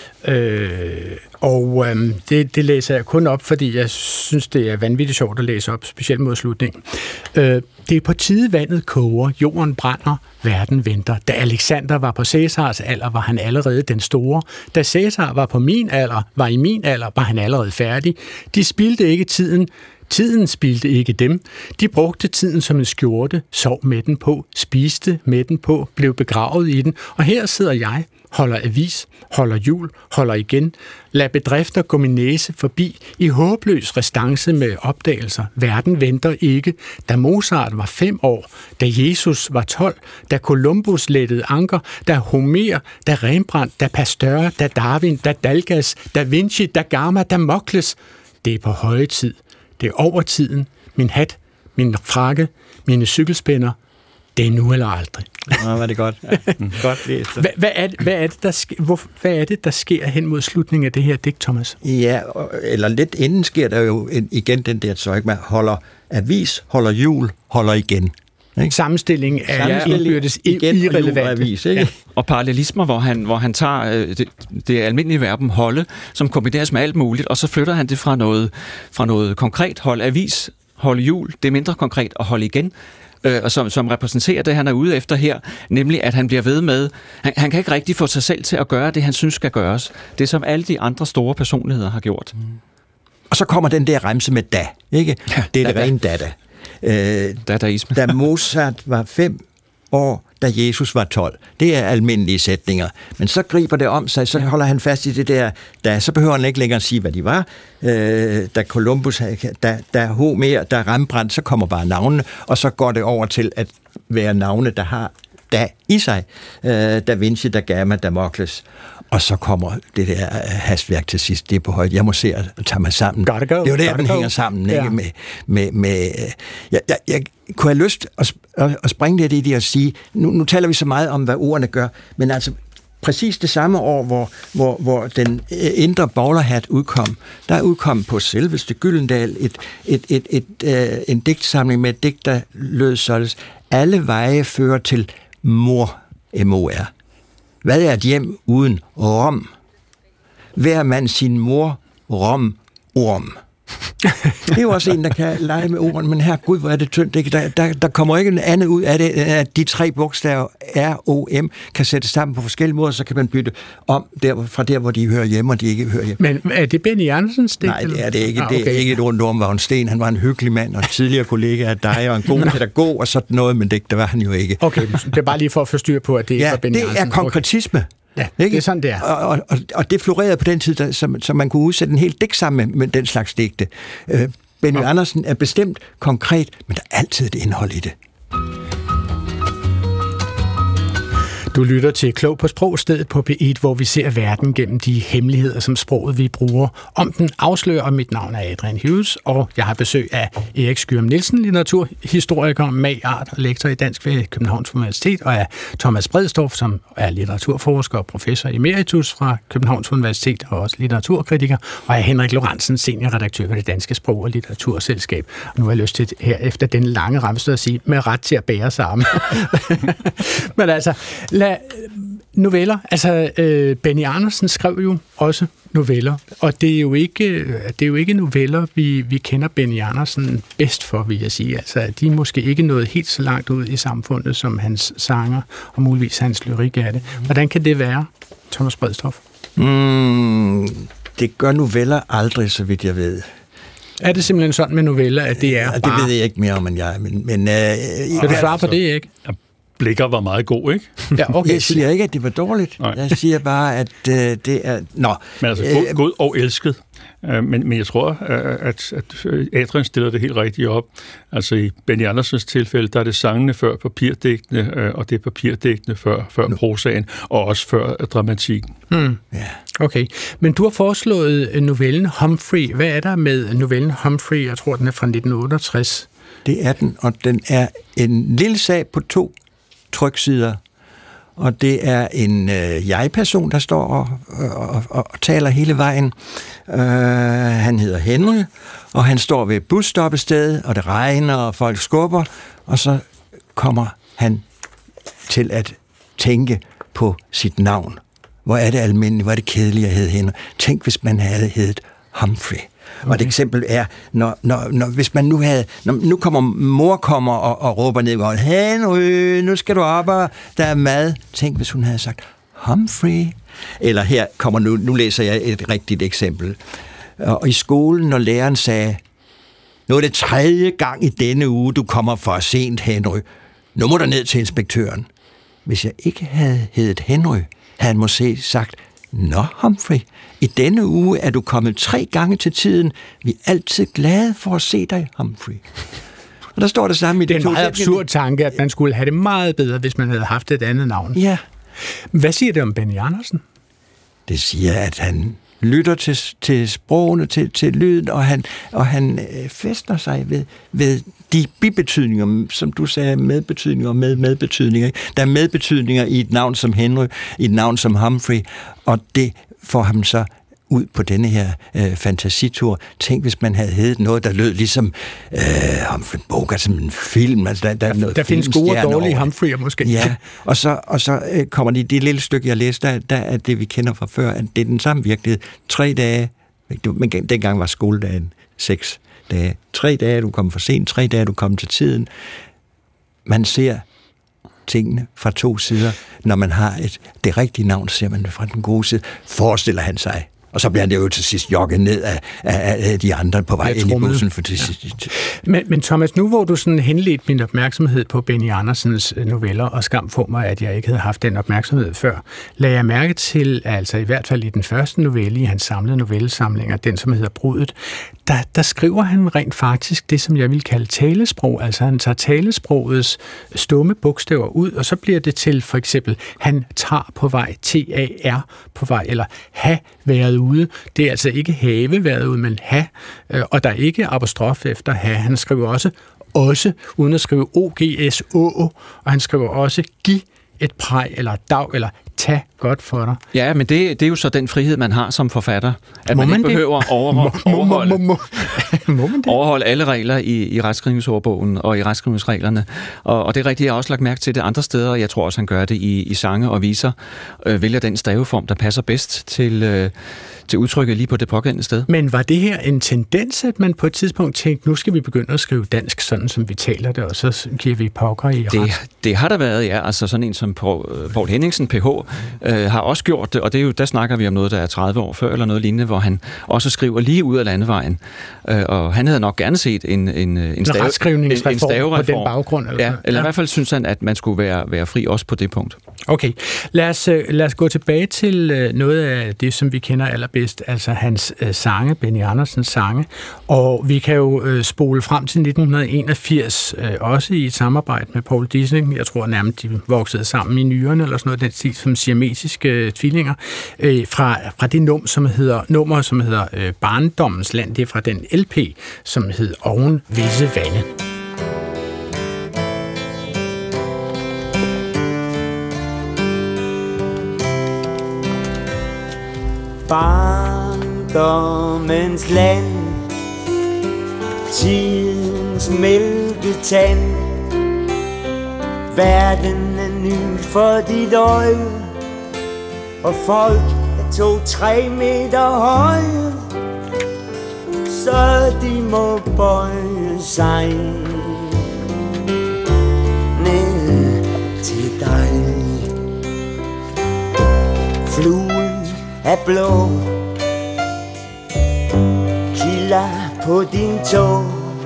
Det læser jeg kun op, fordi jeg synes, det er vanvittigt sjovt at læse op, specielt mod slutningen. Det er på tide, vandet koger, jorden brænder, verden venter. Da Alexander var på Cæsars alder, var han allerede den store. Da Cæsar var på min alder, var han allerede færdig. De spildte ikke tiden. Tiden spildte ikke dem. De brugte tiden som en skjorte, sov med den på, spiste med den på, blev begravet i den. Og her sidder jeg, holder avis, holder jul, holder igen. Lad bedrifter gå min næse forbi i håbløs restance med opdagelser. Verden venter ikke. Da Mozart var 5 år, da Jesus var 12, da Columbus lettede anker, da Homer, da Rembrandt, da Pasteur, da Darwin, da Dalgas, da Vinci, da Gamma, da Mokles. Det er på høje tid. Det er over tiden. Min hat, min frakke, mine cykelspænder. Det er nu eller aldrig. Var det godt. Ja. Godt læst. Hvad er det, der sker hen mod slutningen af det her digt, Thomas? Ja, eller lidt inden sker der jo igen den der tøj, man holder avis, holder jul, holder igen. Ikke? Sammenstilling af indbyrdes irrelevante. Avis, ikke? Ja. Og parallelismer, hvor han tager det almindelige verben holde, som kombineres med alt muligt, og så flytter han det fra noget konkret, hold avis, hold jul, det er mindre konkret, og hold igen, og som repræsenterer det, han er ude efter her, nemlig at han bliver ved med, han kan ikke rigtig få sig selv til at gøre det, han synes skal gøres. Det, som alle de andre store personligheder har gjort. Og så kommer den der remse med da, ikke? Ja, det er det rene dada. Dadaisme. Da Mozart var 5 år, da Jesus var 12. Det er almindelige sætninger. Men så griber det om sig, så holder han fast i det der, så behøver han ikke længere at sige, hvad de var. Da Columbus, da Homer, da Rembrandt, så kommer bare navnene, og så går det over til at være navne, der har da i sig. Da Vinci, da Gamma, da Mokles. Og så kommer det der hastværk til sidst. Det er på højde. Jeg må se at tage mig sammen. Det er jo der, den hænger sammen. Ja. Ikke? Jeg kunne have lyst at springe lidt i det og sige, nu taler vi så meget om, hvad ordene gør, men altså præcis det samme år, hvor den indre bowlerhat udkom, der udkom på selveste Gyldendal en digtsamling med et digt, der lød således: alle veje fører til mor, M-O-R. Hvad er et hjem uden rom? Hver mand sin mor, rom, orm. Det er jo også en, der kan lege med ordene, men herregud, hvor er det tyndt. Der kommer ikke andet ud af det, at de 3 bogstaver R-O-M kan sættes sammen på forskellige måder, så kan man bytte om fra der, hvor de hører hjemme, og de ikke hører hjemme. Men er det Benny Andersens digt? Nej, det er det ikke. Okay. Det er ikke et ondt om Vagn Sten. Han var en hyggelig mand og tidligere kollega af dig, og en god pædagog og sådan noget, men det var han jo ikke. Okay, det er bare lige for at forstyrre på, at det ikke var Benny Andersen. Det er konkretisme. Ja, ikke? Det er sådan, det er. Og det florerede på den tid, så man kunne udsætte en hel digt sammen med den slags digte. Benny Andersen er bestemt konkret, men der er altid et indhold i det. Du lytter til Klog på Sprog, stedet på P1, hvor vi ser verden gennem de hemmeligheder, som sproget vi bruger. Om den afslører, og mit navn er Adrian Hughes, og jeg har besøg af Erik Skyum Nielsen, litteraturhistoriker, magart og lektor i dansk ved Københavns Universitet, og af Thomas Bredsdorff, som er litteraturforsker og professor emeritus fra Københavns Universitet og også litteraturkritiker, og af Henrik Lorentzen, seniorredaktør ved Det Danske Sprog- og Litteraturselskab. Og nu har jeg lyst til her efter den lange ramse at sige, med ret til at bære sammen. Men altså, noveller. Altså, Benny Andersen skrev jo også noveller, og det er jo ikke noveller, vi kender Benny Andersen bedst for, vil jeg sige. Altså, de er måske ikke nået helt så langt ud i samfundet, som hans sanger, og muligvis hans lyrik er det. Hvordan kan det være, Thomas Bredsdorff? Det gør noveller aldrig, så vidt jeg ved. Er det simpelthen sådan med noveller, at det er bare... Det ved jeg ikke mere om, end jeg. Men kan du svare på det, ikke? Blikker var meget god, ikke? Ja, okay. Jeg siger ikke, at det var dårligt. Nej. Jeg siger bare, at det er... Nå. Men altså, god og elsket. Men jeg tror, at Adrian stiller det helt rigtigt op. Altså i Benny Andersens tilfælde, der er det sangene før papirdigtene, og det er papirdigtene før prosaen, og også før dramatikken. Ja. Okay, men du har foreslået novellen Humphrey. Hvad er der med novellen Humphrey? Jeg tror, den er fra 1968. Det er den, og den er en lille sag på 2 tryksider. Og det er en jeg-person, der står og taler hele vejen. Han hedder Henry, og han står ved et busstoppested, og det regner, og folk skubber, og så kommer han til at tænke på sit navn. Hvor er det almindeligt, hvor er det kedeligt at hedde Henry. Tænk, hvis man havde heddet Humphrey. Okay. Og et eksempel er, når hvis man nu havde... Nu kommer mor og råber ned og Henry, nu skal du op, og der er mad. Tænk, hvis hun havde sagt Humphrey. Eller her kommer nu læser jeg et rigtigt eksempel. Og i skolen, når læreren sagde, nu er det 3. gang i denne uge, du kommer for sent, Henry. Nu må du ned til inspektøren. Hvis jeg ikke havde heddet Henry, havde han måske sagt, nå, Humphrey, i denne uge er du kommet 3 gange til tiden. Vi er altid glade for at se dig, Humphrey. Og der står det samme i det. Det er en meget absurd tanke, at man skulle have det meget bedre, hvis man havde haft et andet navn. Ja. Hvad siger det om Benny Andersen? Det siger, at han lytter til sprogene, til lyden, og han fæstner sig ved de bibetydninger, som du sagde, medbetydninger og medbetydninger. Der er medbetydninger i et navn som Henry, i et navn som Humphrey, og det får ham så ud på denne her fantasitur. Tænk, hvis man havde heddet noget, der lød ligesom Humphrey Bogart, som en film. Altså, der findes gode og dårlige Humphrey'er måske. Ja, og så kommer det lille stykke, jeg læste, der er det, vi kender fra før, at det er den samme virkelighed. 3 dage, men dengang var skoledagen 6 dage. 3 dage, du kom for sent, 3 dage, du kom til tiden. Man ser tingene fra 2 sider. Når man har det rigtige navn, ser man det fra den gode side. Forestiller han sig. Og så bliver han jo til sidst jogget ned af de andre på vej ind i bussen. For det sidste. Men Thomas, nu hvor du sådan henledte min opmærksomhed på Benny Andersens noveller, og skam for mig, at jeg ikke havde haft den opmærksomhed før, lagde jeg mærke til, altså i hvert fald i den første novelle i hans samlede novellesamlinger, den som hedder Brudet, der skriver han rent faktisk det, som jeg vil kalde talesprog. Altså han tager talesprogets stumme bogstaver ud, og så bliver det til for eksempel, han tager på vej, T-A-R på vej, eller have været ude. Det er altså ikke have været ude, men have, og der er ikke apostrof efter have. Han skriver også, uden at skrive O-G-S-O, og han skriver også giv et præg, eller dag, eller tag godt for dig. Ja, men det er jo så den frihed, man har som forfatter. At man ikke behøver at overholde alle regler i retskrivningsordbogen og i retskrivningsreglerne. Og det er rigtigt, jeg har også lagt mærke til det andre steder, og jeg tror også, han gør det i sange og viser. Vælger den staveform, der passer bedst til udtrykket lige på det pågældende sted. Men var det her en tendens, at man på et tidspunkt tænkte, nu skal vi begynde at skrive dansk, sådan som vi taler det, og så giver vi pokker i ret? Det har der været, ja. Altså sådan en som Poul Henningsen, PH, har også gjort det, og det er jo, der snakker vi om noget, der er 30 år før, eller noget lignende, hvor han også skriver lige ud af landevejen. Og han havde nok gerne set en stavreform på den baggrund. Eller i hvert fald synes han, at man skulle være fri også på det punkt. Okay, lad os gå tilbage til noget af det, som vi kender allerbedst, altså hans sange, Benny Andersens sange. Og vi kan jo spole frem til 1981, også i et samarbejde med Paul Dissing. Jeg tror nærmest, de voksede sammen i nyrerne, eller sådan noget, den stil som siamesiske tvillinger, fra det nummer, som hedder Barndommens Land. Det er fra den LP, som hed Oven visse vande. Barndommens land, tidens mælketand, verden er ny for dit øje, og folk er 2-3 meter høje, så de må bøje sig ned til dig. Fluen er blå, kilder på din tå,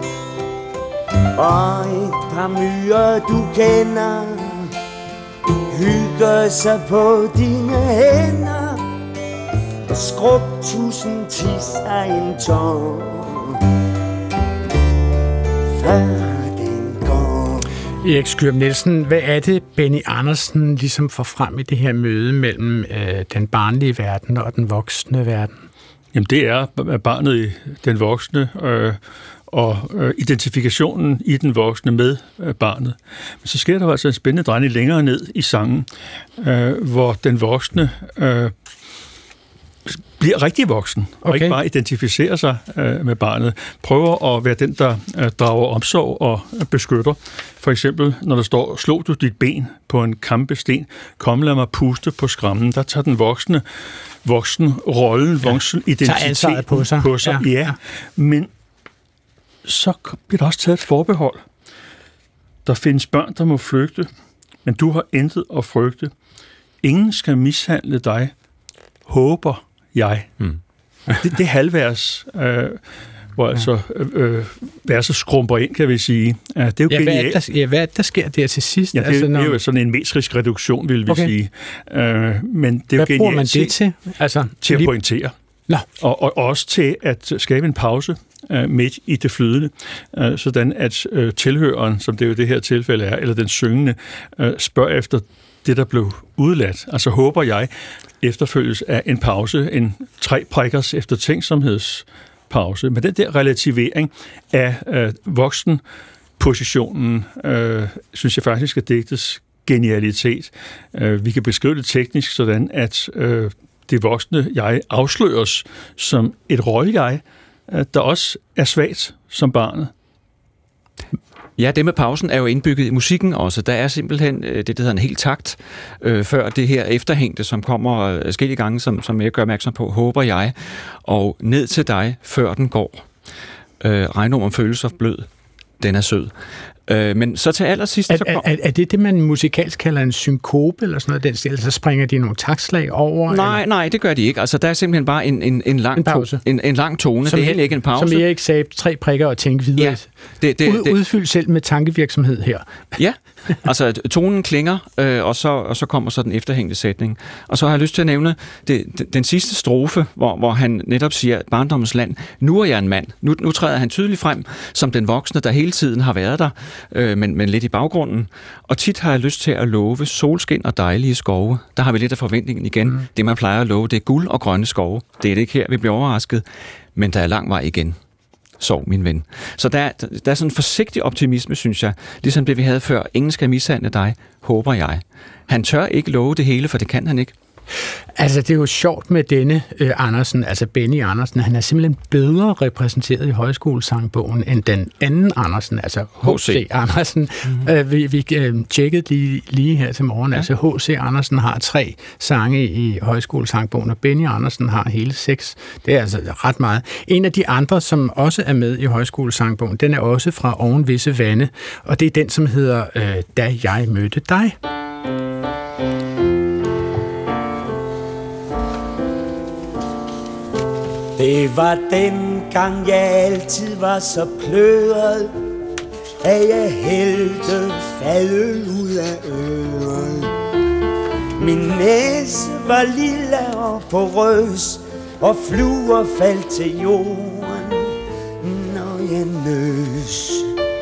og et par myrer du kender hygger sig på dine hænder, og skrub 1000 tis af en tår, før den går. Erik Skyrup Nielsen, hvad er det, Benny Andersen ligesom får frem i det her møde mellem den barnlige verden og den voksne verden? Jamen det er barnet i den voksne og identifikationen i den voksne med barnet. Men så sker der altså en spændende drejning længere ned i sangen, hvor den voksne bliver rigtig voksen, og ikke bare identificerer sig med barnet. Prøver at være den, der drager omsorg og beskytter. For eksempel, når der står, slog du dit ben på en kampesten, kom lad mig puste på skrammen. Der tager den voksen-rollen, voksen-identitet på sig. Ja. Men så bliver der også taget et forbehold. Der findes børn, der må flygte, men du har intet at frygte. Ingen skal mishandle dig, håber jeg. Det halvvers, hvor altså verset skrumper ind, kan vi sige. Det er jo genialt. Hvad er det, der sker der til sidst? Ja, det er jo sådan en metrisk reduktion, vil vi sige. Men det er jo hvad bruger man det til? Altså, til at pointere. Og også til at skabe en pause midt i det flydende, sådan at tilhøreren, som det jo det her tilfælde er, eller den syngende, spørger efter det, der blev udladt. Altså håber jeg, efterfølges af en pause, en 3 prikkers eftertænksomhedspause. Men den der relativering af voksenpositionen, synes jeg faktisk er digtets genialitet. Vi kan beskrive det teknisk sådan, at det voksne jeg afsløres som et rolle-jeg, der også er svagt som barnet. Ja, det med pausen er jo indbygget i musikken også. Der er simpelthen det, der hedder en hel takt, før det her efterhængte, som kommer forskellige gange, som jeg gør opmærksom på, håber jeg, og ned til dig, før den går. Regn om følelser blød, den er sød. Men så til allersidst... Er det, man musikalsk kalder en synkope, eller sådan noget den stil? Så springer de nogle taktslag over? Nej, det gør de ikke. Altså, der er simpelthen bare en lang pause. En lang tone. Som det er heller ikke en pause. Som Erik sagde, 3 prikker og tænke videre. Ja, udfyld selv med tankevirksomhed her. Ja, altså tonen klinger, og så kommer så den efterhængte sætning. Og så har jeg lyst til at nævne den sidste strofe, hvor han netop siger, barndommens land, nu er jeg en mand. Nu træder han tydeligt frem som den voksne, der hele tiden har været der, men lidt i baggrunden. Og tit har jeg lyst til at love solskin og dejlige skove. Der har vi lidt af forventningen igen. Det, man plejer at love, det er guld og grønne skove. Det er det ikke her, vi bliver overrasket, men der er lang vej igen. Sov, min ven. Så der er sådan en forsigtig optimisme, synes jeg. Ligesom det, vi havde før. Ingen skal mishandle dig, håber jeg. Han tør ikke love det hele, for det kan han ikke. Altså, det er jo sjovt med denne Andersen, altså Benny Andersen. Han er simpelthen bedre repræsenteret i højskolesangbogen end den anden Andersen, altså H.C. Andersen. Vi tjekkede lige her til morgen. Ja. Altså, H.C. Andersen har 3 sange i højskolesangbogen, og Benny Andersen har hele 6. Det er altså ret meget. En af de andre, som også er med i højskolesangbogen, den er også fra Oven visse vande, og det er den, som hedder Da jeg mødte dig. Det var dengang jeg altid var så pløret, at jeg hældte fadet ud af øret. Min næse var lilla og porøs, og fluer faldt til jorden, når jeg nøs.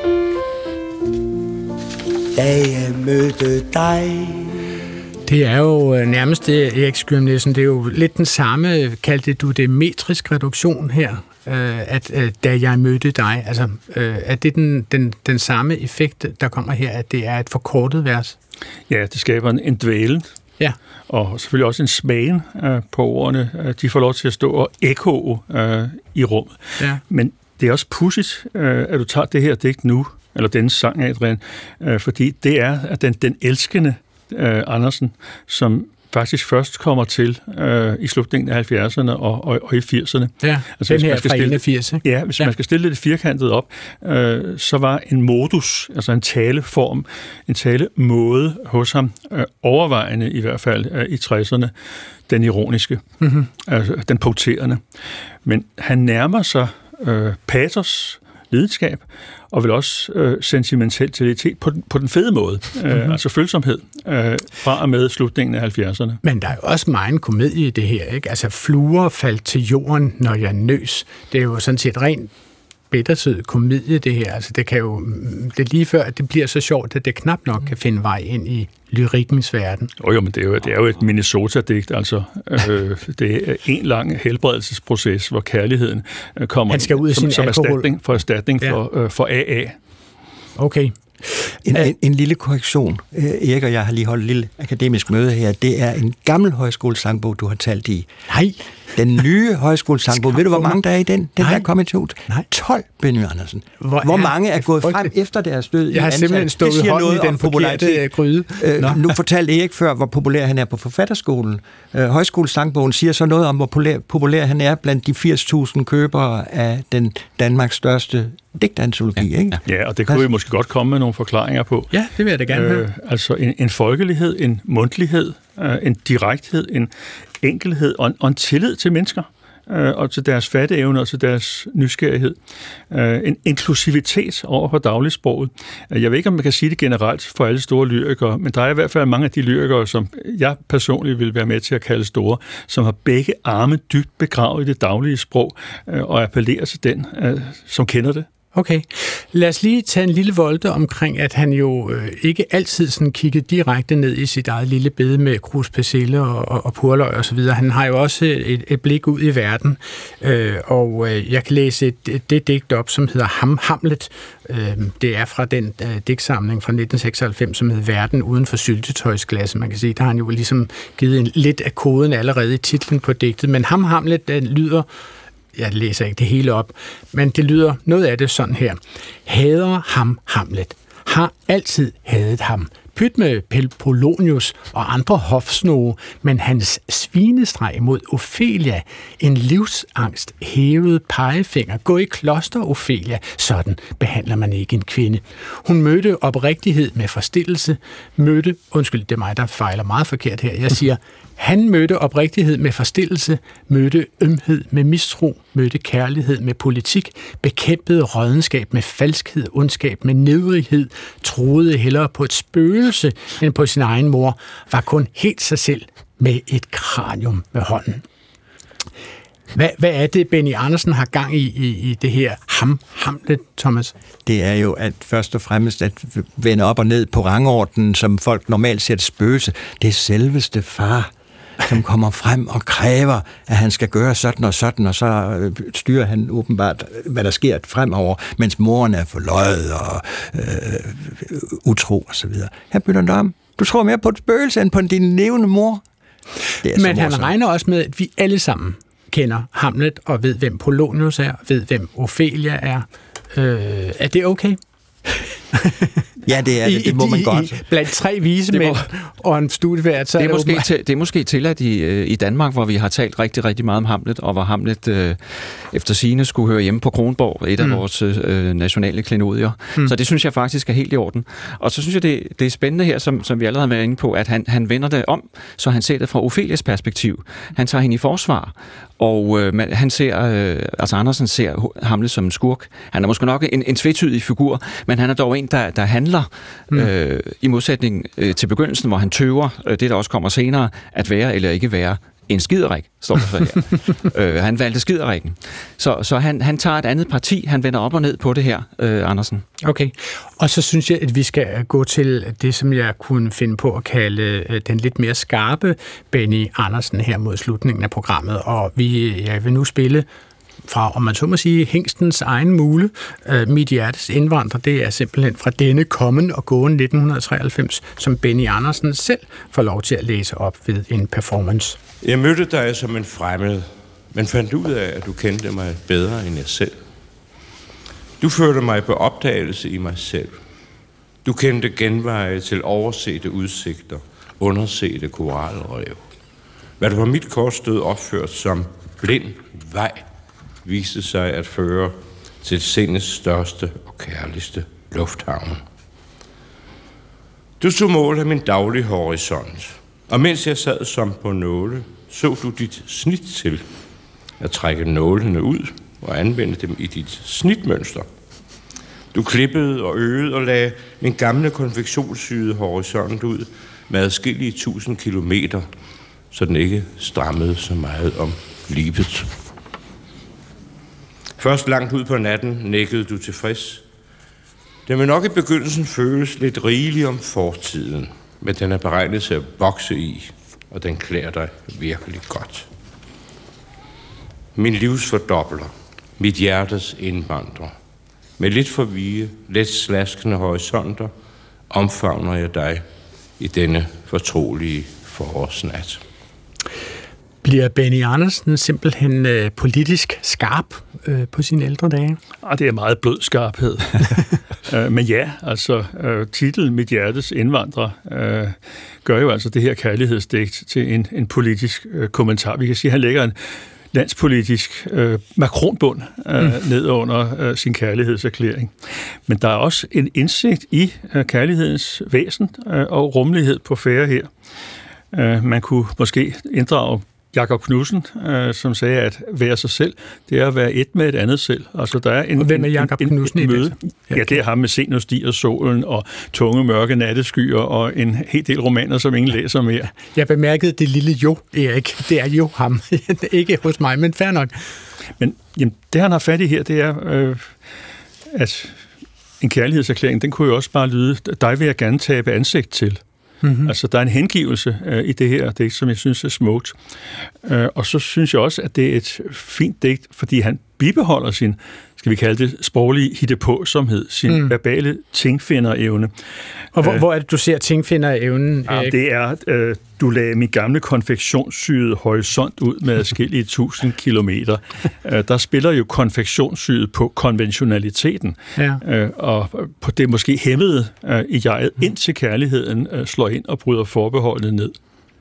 Da jeg mødte dig. Det er jo nærmest, Erik Skyum Nielsen, det er jo lidt den samme, kaldte du det metrisk reduktion her, at da jeg mødte dig, altså er det den samme effekt, der kommer her, at det er et forkortet vers? Ja, det skaber en dvælen. Ja. Og selvfølgelig også en smagen på ordene. De får lov til at stå og ekko i rummet. Ja. Men det er også pudsigt, at du tager det her digt nu, eller denne sang, Adrian, fordi det er at den elskende Andersen, som faktisk først kommer til i slutningen af 70'erne og i 80'erne. Ja, altså, den her fra 81. Ja, hvis man skal stille det firkantet op, så var en modus, altså en taleform, en talemåde hos ham, overvejende i hvert fald i 60'erne, den ironiske, altså den poterende. Men han nærmer sig patos, lidenskab, og vel også sentimentalitet på den fede måde, altså følsomhed, fra og med slutningen af 70'erne. Men der er jo også meget komedie i det her, ikke? Altså, fluer faldt til jorden, når jeg nøs. Det er jo sådan set rent bittersød komedie, det her. Altså, det kan jo, det er lige før, at det bliver så sjovt, at det knap nok kan finde vej ind i lyrikkens verden. Jo, men det er jo et Minnesota-digt, altså. Det er en lang helbredelsesproces, hvor kærligheden kommer Han skal ud af sin som erstatning for AA. Okay. En lille korrektion. Erik og jeg har lige holdt et lille akademisk møde her. Det er en gammel højskolesangbog, du har talt i. Nej. Den nye højskolesangbog. Ved du, hvor mange der er i den? Den der kom i 12, Benny Andersen. Hvor mange er gået frem efter deres død? Jeg har simpelthen stået hånden i den forkerte gryde. Nu fortalte Erik før, hvor populær han er på forfatterskolen. Højskolesangbogen siger så noget om, hvor populær han er blandt de 80.000 købere af den Danmarks største digtantologi, ikke? Ja, og det kunne vi måske godt komme med nogle forklaringer på. Ja, det vil jeg da gerne høre. Altså en folkelighed, en mundtlighed, en direkthed, en enkelhed og en tillid til mennesker, og til deres fatteevne og til deres nysgerrighed. En inklusivitet over på dagligsproget. Jeg ved ikke, om man kan sige det generelt for alle store lyrikere, men der er i hvert fald mange af de lyrikere, som jeg personligt vil være med til at kalde store, som har begge arme dybt begravet i det daglige sprog, og appellerer til den, som kender det. Okay. Lad os lige tage en lille volte omkring, at han jo ikke altid sådan kiggede direkte ned i sit eget lille bed med krus persille og purløg og så videre. Han har jo også et blik ud i verden, og jeg kan læse det digt op, som hedder Hamlet. Det er fra den digtsamling fra 1996, som hedder Verden uden for syltetøjsglasse. Man kan sige, der har han jo ligesom givet lidt af koden allerede i titlen på digtet, men Hamlet, den lyder... Jeg læser ikke det hele op, men det lyder noget af det sådan her. Hader ham Hamlet. Har altid hadet ham. Pyt med Polonius og andre hofsnoge, men hans svinestreg mod Ophelia, en livsangst hævet pegefinger. Gå i kloster, Ophelia. Sådan behandler man ikke en kvinde. Hun mødte oprigtighed med forstillelse. Undskyld, det er mig, der fejler meget forkert her. Jeg siger, han mødte oprigtighed med forstillelse, mødte ømhed med mistro, mødte kærlighed med politik, bekæmpede rådenskab med falskhed, ondskab med nedrighed, troede hellere på et spøgelse end på sin egen mor, var kun helt sig selv med et kranium ved hånden. Hvad er det, Benny Andersen har gang i det her Hamlet, Thomas? Det er jo at først og fremmest at vende op og ned på rangordenen, som folk normalt ser et spøgelse. Det er selveste far, som kommer frem og kræver, at han skal gøre sådan, og så styrer han åbenbart, hvad der sker fremover, mens moren er forløjet og utro og så videre. Her bytter det om. Du tror mere på et spøgelse end på din levende mor. Men han regner også med, at vi alle sammen kender Hamlet og ved, hvem Polonius er, ved, hvem Ophelia er. Er det okay? Ja, det er det. Det må man godt. Blandt 3 vise mænd og en studievært, så det er måske tilladt i Danmark, hvor vi har talt rigtig, rigtig meget om Hamlet, og hvor Hamlet efter sigende skulle høre hjemme på Kronborg, et af vores nationale klenodier. Så det synes jeg faktisk er helt i orden. Og så synes jeg, det er spændende her, som vi allerede har været inde på, at han vender det om, så han ser det fra Ophelias perspektiv. Han tager hende i forsvar, Og han ser, altså Andersen ser Hamlet som en skurk. Han er måske nok en tvetydig figur, men han er dog en, der handler i modsætning til begyndelsen, hvor han tøver, det der også kommer senere, at være eller ikke være en skiderik, står der så her. Han valgte skiderikken. Så han tager et andet parti, han vender op og ned på det her, Andersen. Okay, og så synes jeg, at vi skal gå til det, som jeg kunne finde på at kalde den lidt mere skarpe Benny Andersen her mod slutningen af programmet, og jeg vil nu spille fra, om man så må sige, hængstens egen mule. Mit hjertes indvandrer, det er simpelthen fra denne kommen og gåen 1993, som Benny Andersen selv får lov til at læse op ved en performance. Jeg mødte dig som en fremmed, men fandt ud af, at du kendte mig bedre end jeg selv. Du førte mig på opdagelse i mig selv. Du kendte genveje til oversete udsigter, undersete koralrev. Hvad der på mit kort stod opført som blind vej, viste sig at føre til sindets største og kærligste lufthavn. Du tog mål af min daglige horisont, og mens jeg sad som på nåle, så du dit snit til at trække nålene ud og anvende dem i dit snitmønster. Du klippede og øgede og lagde min gamle konfektionssyede horisont ud med adskillige 1000 kilometer, så den ikke strammede så meget om livet. Først langt ud på natten nikkede du tilfreds. Det vil nok i begyndelsen føles lidt rigeligt om fortiden, men den er beregnet til at vokse i, og den klæder dig virkelig godt. Min livs fordobler, mit hjertes indvandrer. Med lidt for vige, let slaskende horisonter, omfavner jeg dig i denne fortrolige forårsnat. Bliver Benny Andersen simpelthen politisk skarp på sine ældre dage? Det er meget blød skarphed. Men ja, altså titlen Mit hjertes indvandrer gør jo altså det her kærlighedsdigt til en politisk kommentar. Vi kan sige, at han lægger en landspolitisk makronbund ned under sin kærlighedserklæring. Men der er også en indsigt i kærlighedens væsen og rummelighed på færre her. Man kunne måske inddrage Jakob Knudsen, som sagde, at være sig selv, det er at være et med et andet selv. Altså, der er en, hvem er Jakob Knudsen i møde. Ja, det er ham med Senus stiger solen og tunge mørke natteskyer og en hel del romaner, som ingen læser mere. Jeg bemærkede det lille jo, Erik. Det er jo ham. Ikke hos mig, men fair nok. Men jamen, det, han har fat i her, det er, at en kærlighedserklæring, den kunne jo også bare lyde, dig vil jeg gerne tabe ansigt til. Mm-hmm. Altså, der er en hengivelse i det her digt, som jeg synes er smukt. Og så synes jeg også, at det er et fint digt, fordi han bibeholder sin, skal vi kalde det, sproglige hittepåsomhed, sin verbale tingfinderevne. Og hvor er det, du ser tingfinderevnen? Det er, du lagde min gamle konfektionssyede horisont ud med adskillige 1000 kilometer. Der spiller jo konfektionssyet på konventionaliteten, og på det måske hæmmede i jeget, indtil kærligheden slår ind og bryder forbeholdet ned.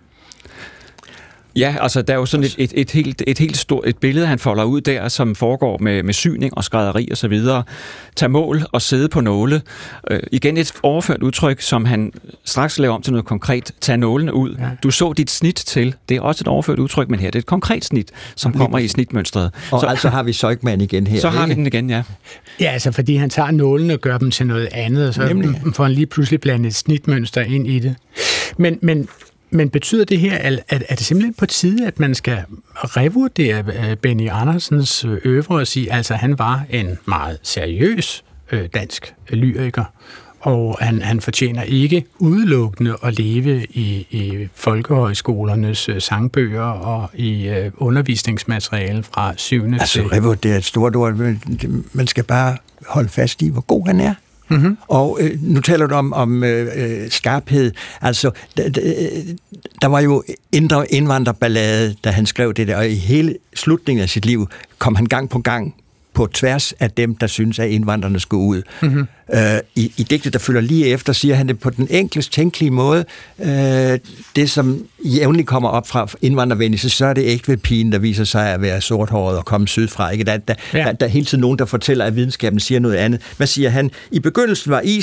Ja, altså der er jo sådan et helt stort et billede, han folder ud der, som foregår med syning og skrædderi og så videre. Tag mål og sidde på nåle. Igen et overført udtryk, som han straks laver om til noget konkret. Tag nålene ud. Ja. Du så dit snit til. Det er også et overført udtryk, men her det er et konkret snit, som kommer i snitmønstret. Og så altså har vi Søjkman igen her. Så har vi den igen, ja. Ja, altså fordi han tager nålene og gør dem til noget andet, og så får han lige pludselig blandet et snitmønster ind i det. Men betyder det her, er det simpelthen på tide, at man skal revurdere Benny Andersens øvre og sige, altså han var en meget seriøs dansk lyriker, og han fortjener ikke udelukkende at leve i folkehøjskolernes sangbøger og i undervisningsmateriale fra 7. til... Altså revurdere er et stort ord, man skal bare holde fast i, hvor god han er. Mm-hmm. Og nu taler du om skarphed. Altså, der var jo indre indvandrerballade, da han skrev det der, og i hele slutningen af sit liv kom han gang på gang på tværs af dem, der synes, at indvandrerne skulle ud. Mm-hmm. I digtet, der følger lige efter, siger han det på den enklest tænkelige måde. Det, som jævnligt kommer op fra indvandrervenlige, så er det ægte ved pigen, der viser sig at være sorthåret og komme sydfra. Ikke? Der er hele tiden nogen, der fortæller, at videnskaben siger noget andet. Hvad siger han? I begyndelsen var isen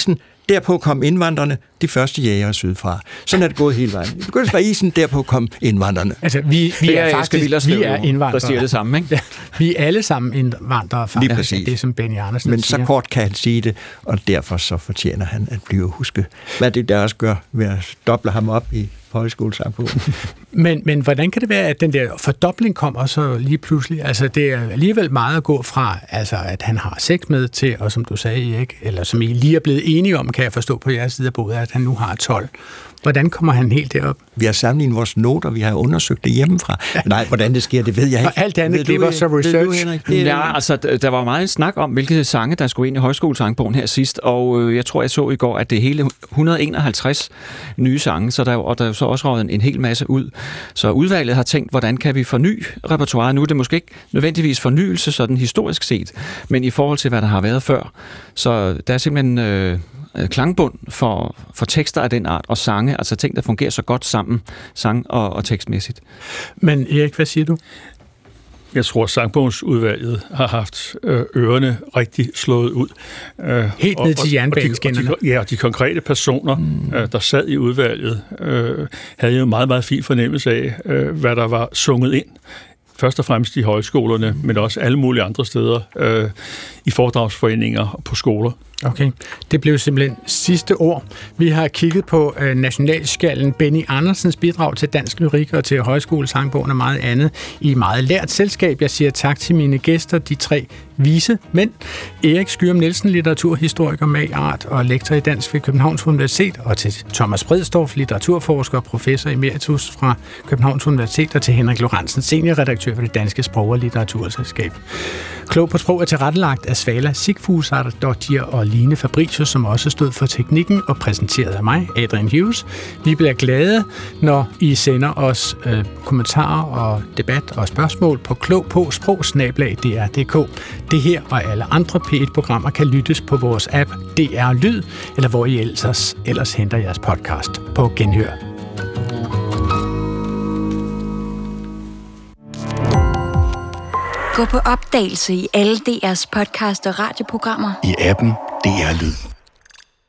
derpå kom indvandrerne, de første jægere sydfra. Sådan er det gået hele vejen. I begyndelsen var isen, derpå kom indvandrerne. Altså, vi er faktisk indvandrere. Der siger det samme, ikke? Ja, vi er alle sammen indvandrere, faktisk. Lige præcis. Det er, som Benny Andersen Men siger. så kort kan han sige det, og derfor så fortjener han at blive husket. Hvad det der også gør ved at doble ham op i højskolesangbogen. Men hvordan kan det være, at den der fordobling kommer så lige pludselig? Altså, det er alligevel meget at gå fra, altså, at han har sex med til, og som du sagde, Erik, eller som I lige er blevet enige om, kan jeg forstå på jeres side af bordet, at han nu har 12. Hvordan kommer han helt derop? Vi har sammenlignet vores noter, vi har undersøgt det hjemmefra. Nej, hvordan det sker, det ved jeg ikke. Og alt andet giver så research. Ja, altså, der var meget snak om, hvilke sange, der skulle ind i højskolesangbogen her sidst, og jeg tror, jeg så i går, at det er hele 151 nye sange, så der er så også røget en hel masse ud. Så udvalget har tænkt, hvordan kan vi forny repertoiret? Nu er det måske ikke nødvendigvis fornyelse, sådan historisk set, men i forhold til, hvad der har været før. Så der er simpelthen klangbund for tekster af den art, og sange, altså ting, der fungerer så godt sammen, sang og tekstmæssigt. Men Erik, hvad siger du? Jeg tror, sangbogsudvalget har haft ørerne rigtig slået ud. Helt ned til jernbaneskinnerne. Ja, og de konkrete personer, der sad i udvalget, havde jo meget, meget fin fornemmelse af, hvad der var sunget ind. Først og fremmest i højskolerne, men også alle mulige andre steder, i foredragsforeninger og på skoler. Okay, det blev simpelthen sidste ord. Vi har kigget på nationalskallen Benny Andersens bidrag til dansk lyrik og til højskolesangbogen og meget andet i meget lært selskab. Jeg siger tak til mine gæster, de 3 vise mænd. Erik Skyum Nielsen, litteraturhistoriker, magart og lektor i dansk ved Københavns Universitet, og til Thomas Bredsdorff, litteraturforsker og professor emeritus fra Københavns Universitet, og til Henrik Lorentzen, seniorredaktør for det Danske Sprog- og Litteraturselskab. Klog på sprog er tilrettelagt af Svala Sigfusardottir og Line Fabricius, som også stod for teknikken og præsenteret af mig, Adrian Hughes. Vi bliver glade, når I sender os kommentarer og debat og spørgsmål på klogpåsprog@dr.dk. Det her og alle andre P1-programmer kan lyttes på vores app DR Lyd, eller hvor I ellers henter jeres podcast. På genhør. Gå på opdagelse i alle DR's podcast og radioprogrammer. I appen DR Lyd.